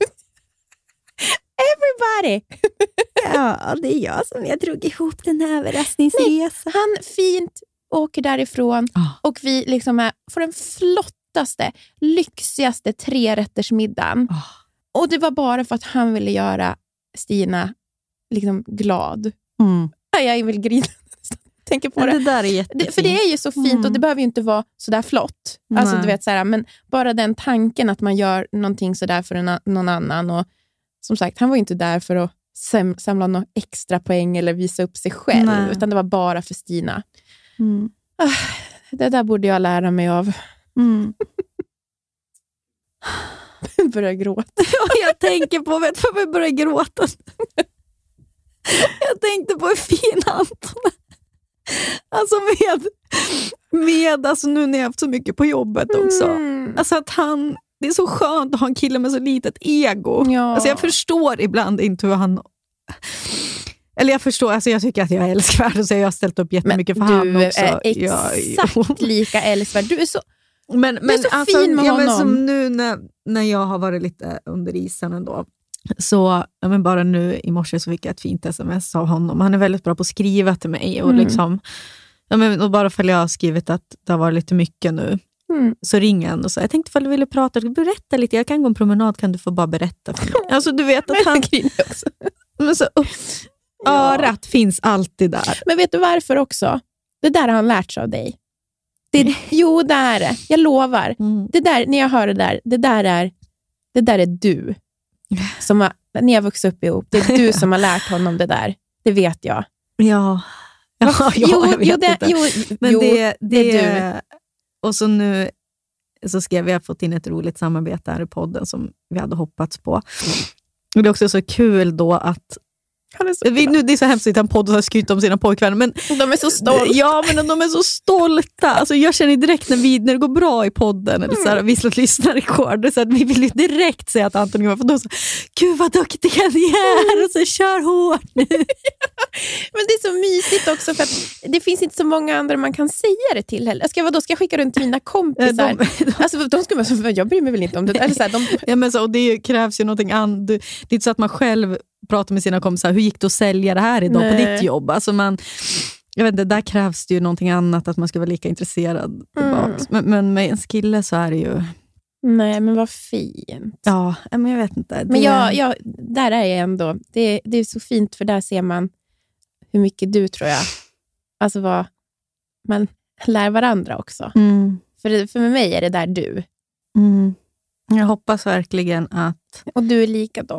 Everybody! Ja, det är jag som jag drog ihop den här överraskningsresan. Han fint åker därifrån Ah. och vi liksom är, får den flottaste, lyxigaste trerättersmiddagen. Ah. Och det var bara för att han ville göra Stina liksom glad. Mm. Ja, jag vill grina. Tänker på Men det. det där är jättefint. Det, för det är ju så fint Mm. och det behöver ju inte vara så där flott. Alltså, Nej. du vet, så här, men bara den tanken att man gör någonting så där för en, någon annan. Och som sagt, han var ju inte där för att sam, samla några extra poäng eller visa upp sig själv. Nej. Utan det var bara för Stina. Mm. Ah, det där borde jag lära mig av. Mm. Börjar gråta. Jag tänker på, vet du varför jag börjar gråta? Jag tänkte på hur fin Anton är. Alltså med, med alltså nu när jag har haft så mycket på jobbet också. Mm. Alltså att han, det är så skönt att ha en kille med så litet ego. Ja. Alltså jag förstår ibland inte hur han... Eller jag förstår, alltså jag tycker att jag är älskvärd och så jag har ställt upp jättemycket Men för han du också. är Jag- exakt lika älskvärd. Du är så... Men, men, så alltså, fin med ja, men honom. som nu när, när jag har varit lite under isen ändå. Så ja, men bara nu i morse så fick jag ett fint sms av honom. Han är väldigt bra på att skriva till mig. Och, Mm. liksom, ja, men, och bara för att jag har skrivit att det har varit lite mycket nu. Mm. Så ringer han och så jag tänkte ifall du ville prata, berätta lite. Jag kan gå en promenad, kan du få bara berätta för mig. Alltså du vet att han... också. Men så, Ja. örat finns alltid där. Men vet du varför också? Det där har han lärt sig av dig. Det, jo, det är det. Jag lovar. Mm. Det där, när jag hör det där, det där är, det där är du. som har, ni har vuxit upp ihop. Det är du som har lärt honom det där. Det vet jag. Ja. Ja, ja jo, jag vet jo, det, inte. jo, Men jo, det, det, det är du. Och så nu så ska vi ha fått in ett roligt samarbete här i podden som vi hade hoppats på. Och det är också så kul då att vi, nu, det är så hemskt att en podd har skrytt om sina pojkvänner, men de är så stolta. Ja, men de är så stolta. Alltså, jag känner direkt när, vi, när det går bra i podden eller så här, vi slår lyssnarrekord, så att vi vill ju direkt säga att Anton och för de så, gud vad duktiga ni är och så kör hårt nu. Men det är så mysigt också för att det finns inte så många andra man kan säga det till heller. Ska jag, vadå, ska jag skicka runt mina kompisar? Ja, de, de, alltså, de skulle vara så, jag bryr mig väl inte om det. Eller så här, de... ja, men så, och det krävs ju någonting annat. Det är inte så att man själv pratar med sina kompisar, hur gick det att sälja det här idag Nej. på ditt jobb? Alltså man, jag vet inte, där krävs det ju någonting annat, att man ska vara lika intresserad tillbaks. Mm. Men, men med en skille så är det ju... Nej, men vad fint. Ja, men jag vet inte. Det... Men jag, jag, där är jag ändå. Det, det är så fint, för där ser man hur mycket du, tror jag. Alltså vad man lär varandra också. Mm. För, för mig är det där du. Mm. Jag hoppas verkligen att... Och du är likadan.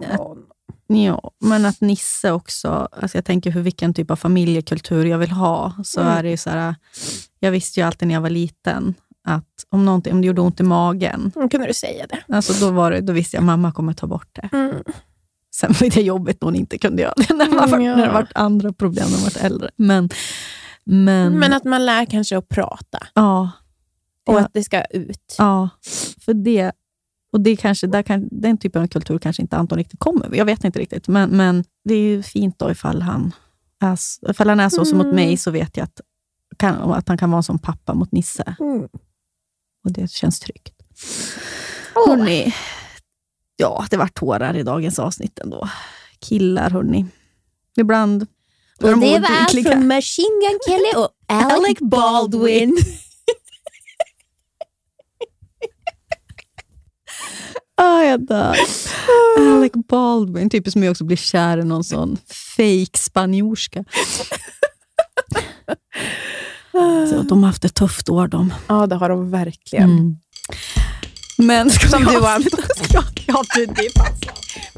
Ja, men att Nisse också, alltså jag tänker hur vilken typ av familjekultur jag vill ha, så mm. är det ju så här, jag visste ju alltid när jag var liten att om någonting, om det gjorde ont i magen, mm, kunde du säga det? Alltså då var det, då visste jag att mamma kommer ta bort det. Mm. Sen var det jobbigt när hon inte kunde göra det när, man var, mm, ja. när det var andra problem när man var äldre. Men, men, men att man lär kanske att prata. Ja. Och ja. att det ska ut. Ja, för det. Och det kanske, där kan, den typen av kultur kanske inte Anton riktigt kommer. Jag vet inte riktigt. Men, men det är ju fint då ifall han är, ifall han är så mm. som mot mig, så vet jag att, kan, att han kan vara som pappa mot Nisse. Mm. Och det känns tryggt. Oh. Hörrni, ja, det var tårar i dagens avsnitt ändå. Killar, hörni. Ibland... Och det var allt från Machine Gun Kelly och Alec Baldwin. Ah, jag dör. Alec Baldwin, typiskt som jag också blir kär i någon sån fake spanjorska. Så de har haft ett tufft år, de. Ja, det har de verkligen. Mm. Men ska som du var. Ja, du, det är fast.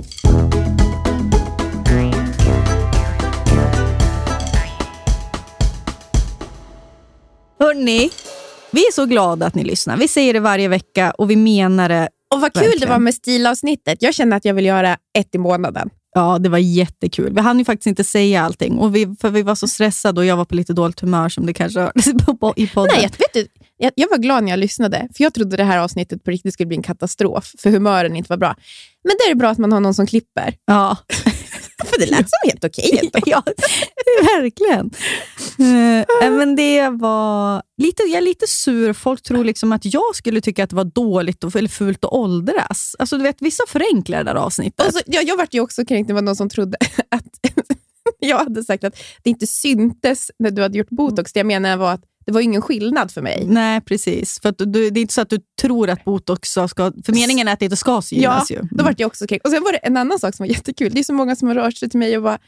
Hörrni, vi är så glada att ni lyssnar. Vi säger det varje vecka och vi menar det. Och vad kul verkligen. Det var med stilavsnittet. Jag känner att jag vill göra ett i månaden. Ja, det var jättekul. Vi hann ju faktiskt inte säga allting. Och vi, för vi var så stressade och jag var på lite dåligt humör, som det kanske hördes i podden. Nej, jag, vet du, jag, jag var glad när jag lyssnade. För jag trodde det här avsnittet på riktigt skulle bli en katastrof. För humören inte var bra. Men det är bra att man har någon som klipper. Ja. För det lät som helt okej. Okay, ja, verkligen. Uh, men det var lite, jag är lite sur. Folk tror liksom att jag skulle tycka att det var dåligt och, eller fult att åldras. Alltså du vet, vissa förenklar det där avsnittet. Och så, ja, jag var ju också kränkt. Det var någon som trodde att jag hade sagt att det inte syntes när du hade gjort botox. Det jag menar var att det var ingen skillnad för mig. Nej, precis. För att du, det är inte så att du tror att botox ska... För meningen är att det inte ska synas. Ja, ju. Mm. Då var jag också kränkt. Och sen var det en annan sak som var jättekul. Det är så många som har rört sig till mig och bara...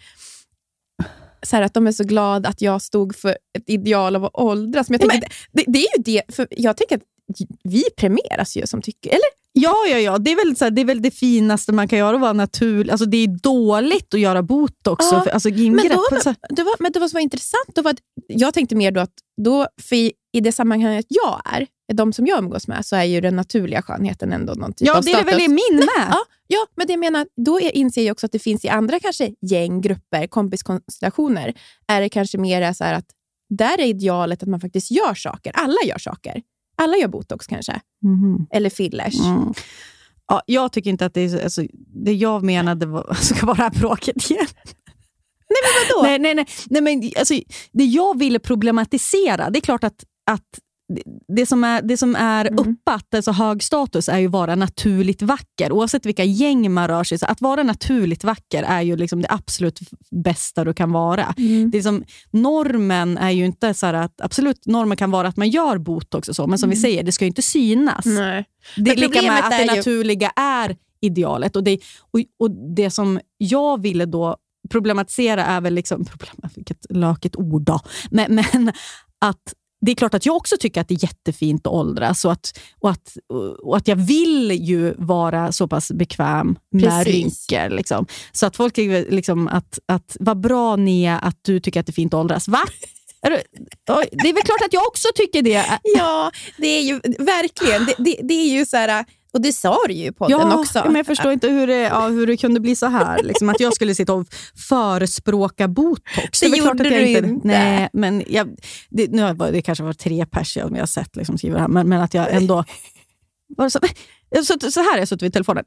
Så här, att de är så glada att jag stod för ett ideal av att åldras. Men jag tänker, men, det, det är ju det, för jag tänker att vi premieras ju som tycker, eller? Ja, ja, ja. Det är väl, så här, det är väl det finaste man kan göra, att vara naturlig. Alltså det är dåligt att göra botox. Ja, för, alltså, men, då, så det var, men det var så var intressant. Då var, jag tänkte mer då att då, för i, i det sammanhanget jag är, de som jag umgås med, så är ju den naturliga skönheten ändå någon typ ja, av status. Ja, det är väl min med. Ja, ja, men det jag menar, då inser jag också att det finns i andra kanske gäng, grupper, kompiskonstellationer, är det kanske mer så här att där är idealet att man faktiskt gör saker. Alla gör saker. Alla gör botox kanske. Mm. Eller fillers. Mm. Ja, jag tycker inte att det är... Alltså, det jag menade var, ska vara det här bråket igen. Nej, men vadå? Nej, nej, nej. nej men, alltså, det jag ville problematisera, det är klart att, att det som är, det som är mm. uppat, alltså hög status, är ju vara naturligt vacker. Oavsett vilka gäng man rör sig. Så att vara naturligt vacker är ju liksom det absolut bästa du kan vara. Mm. Det är som, normen är ju inte så här att, absolut, normen kan vara att man gör botox och så, men som mm. vi säger, det ska ju inte synas. Nej. Det är lika med att det är naturliga ju... är idealet. Och det, och, och det som jag ville då problematisera är väl liksom, problem, vilket lökigt ord då, men, men att det är klart att jag också tycker att det är jättefint att åldras och att, och att, och att jag vill ju vara så pass bekväm med rynkor. Liksom. Så att folk är liksom att, att vad bra Nia att du tycker att det är fint att åldras. Va? Är du, det är väl klart att jag också tycker det. Ja, det är ju verkligen. Det, det, det är ju så här... Och det sa du ju i podden ja, också. Men jag förstår inte hur det, ja, hur det kunde bli så här. Liksom, att jag skulle sitta och förespråka botox. Det, det gjorde klart att jag du inte. inte. Nej, men jag, det, nu har det kanske var tre pers jag har sett liksom, skriva det här. Men, men att jag ändå... Var så, så, så här har jag suttit vid telefonen.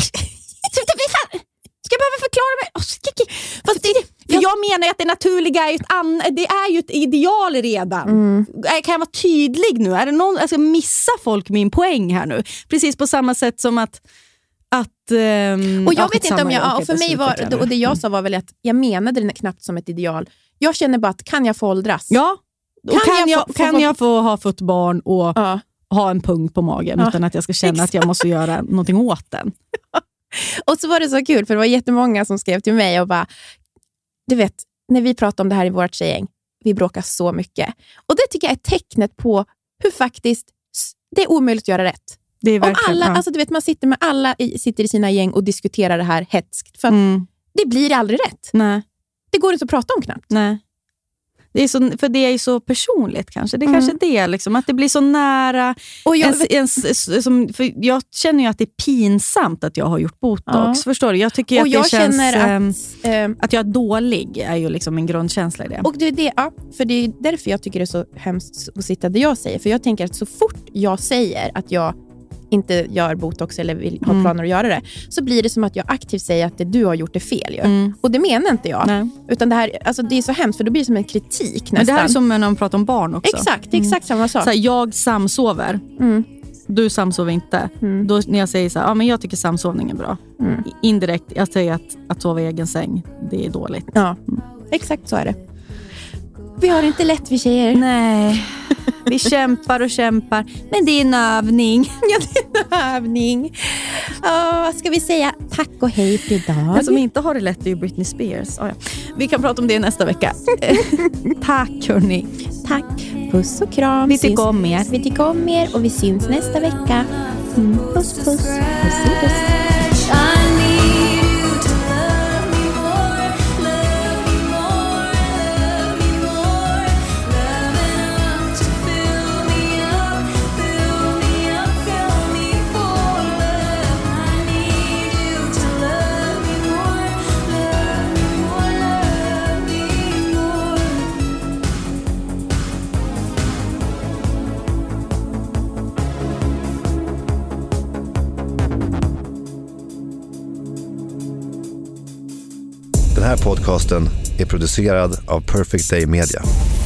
Ska jag behöva förklara mig? Fast det, för jag menar att det naturliga är ju ett, an, det är ju ett ideal redan. Mm. Kan jag vara tydlig nu? Är det någon, jag ska missa folk min poäng här nu? Precis på samma sätt som att... att um, och jag vet inte om jag... jag och för mig var, och det jag sa var väl att jag menade det knappt som ett ideal. Jag känner bara att kan jag få åldras? Ja. Kan, kan, jag, jag, få, få, kan få, jag få ha fått barn och ja. ha en punkt på magen ja. utan att jag ska känna Exakt. att jag måste göra någonting åt den? Och så var det så kul för det var jättemånga som skrev till mig och bara, du vet, när vi pratar om det här i vårt tjejgäng, vi bråkar så mycket. Och det tycker jag är tecknet på hur faktiskt det är omöjligt att göra rätt. Det är verkligen, om alla, ja. alltså du vet, man sitter med alla i, sitter i sina gäng och diskuterar det här hetskt. För att mm. det blir aldrig rätt. Nej. Det går inte att prata om knappt. Nej. Det är så, för det är ju så personligt kanske. Det är mm. kanske det liksom, att det blir så nära. Och jag, ens, ens, som, för jag känner ju att det är pinsamt att jag har gjort botox. Ja. Förstår du? Jag tycker och att jag det känns att, ähm, att jag är dålig är ju liksom en grundkänsla i det. Och det är det, ja, för det är därför jag tycker det är så hemskt att sitta där jag säger. För jag tänker att så fort jag säger att jag inte gör botox eller vill ha mm. planer att göra det, så blir det som att jag aktivt säger att det du har gjort är fel. Ju. Mm. Och det menar inte jag. Nej. Utan det här, alltså det är så hemskt för då blir det som en kritik nästan. Men det här är som när man pratar om barn också. Exakt, det är exakt mm. samma sak. Så här, jag samsover. Mm. Du samsover inte. Mm. Då när jag säger så här, ja men jag tycker samsovning är bra. Mm. Indirekt, jag säger att, att sova i egen säng, det är dåligt. Ja, mm. exakt så är det. Vi har inte lätt, vi tjejer. Nej, vi kämpar och kämpar. Men det är en övning. Ja, det är en övning. Oh, vad ska vi säga? Tack och hej för idag. Den som inte har det lätt är ju Britney Spears. Oh, ja. Vi kan prata om det nästa vecka. Tack hörni. Tack. Puss och kram. Vi tycker om er. Vi tycker om er och vi syns nästa vecka. Mm. Puss, puss. Puss, puss. Den här podcasten är producerad av Perfect Day Media.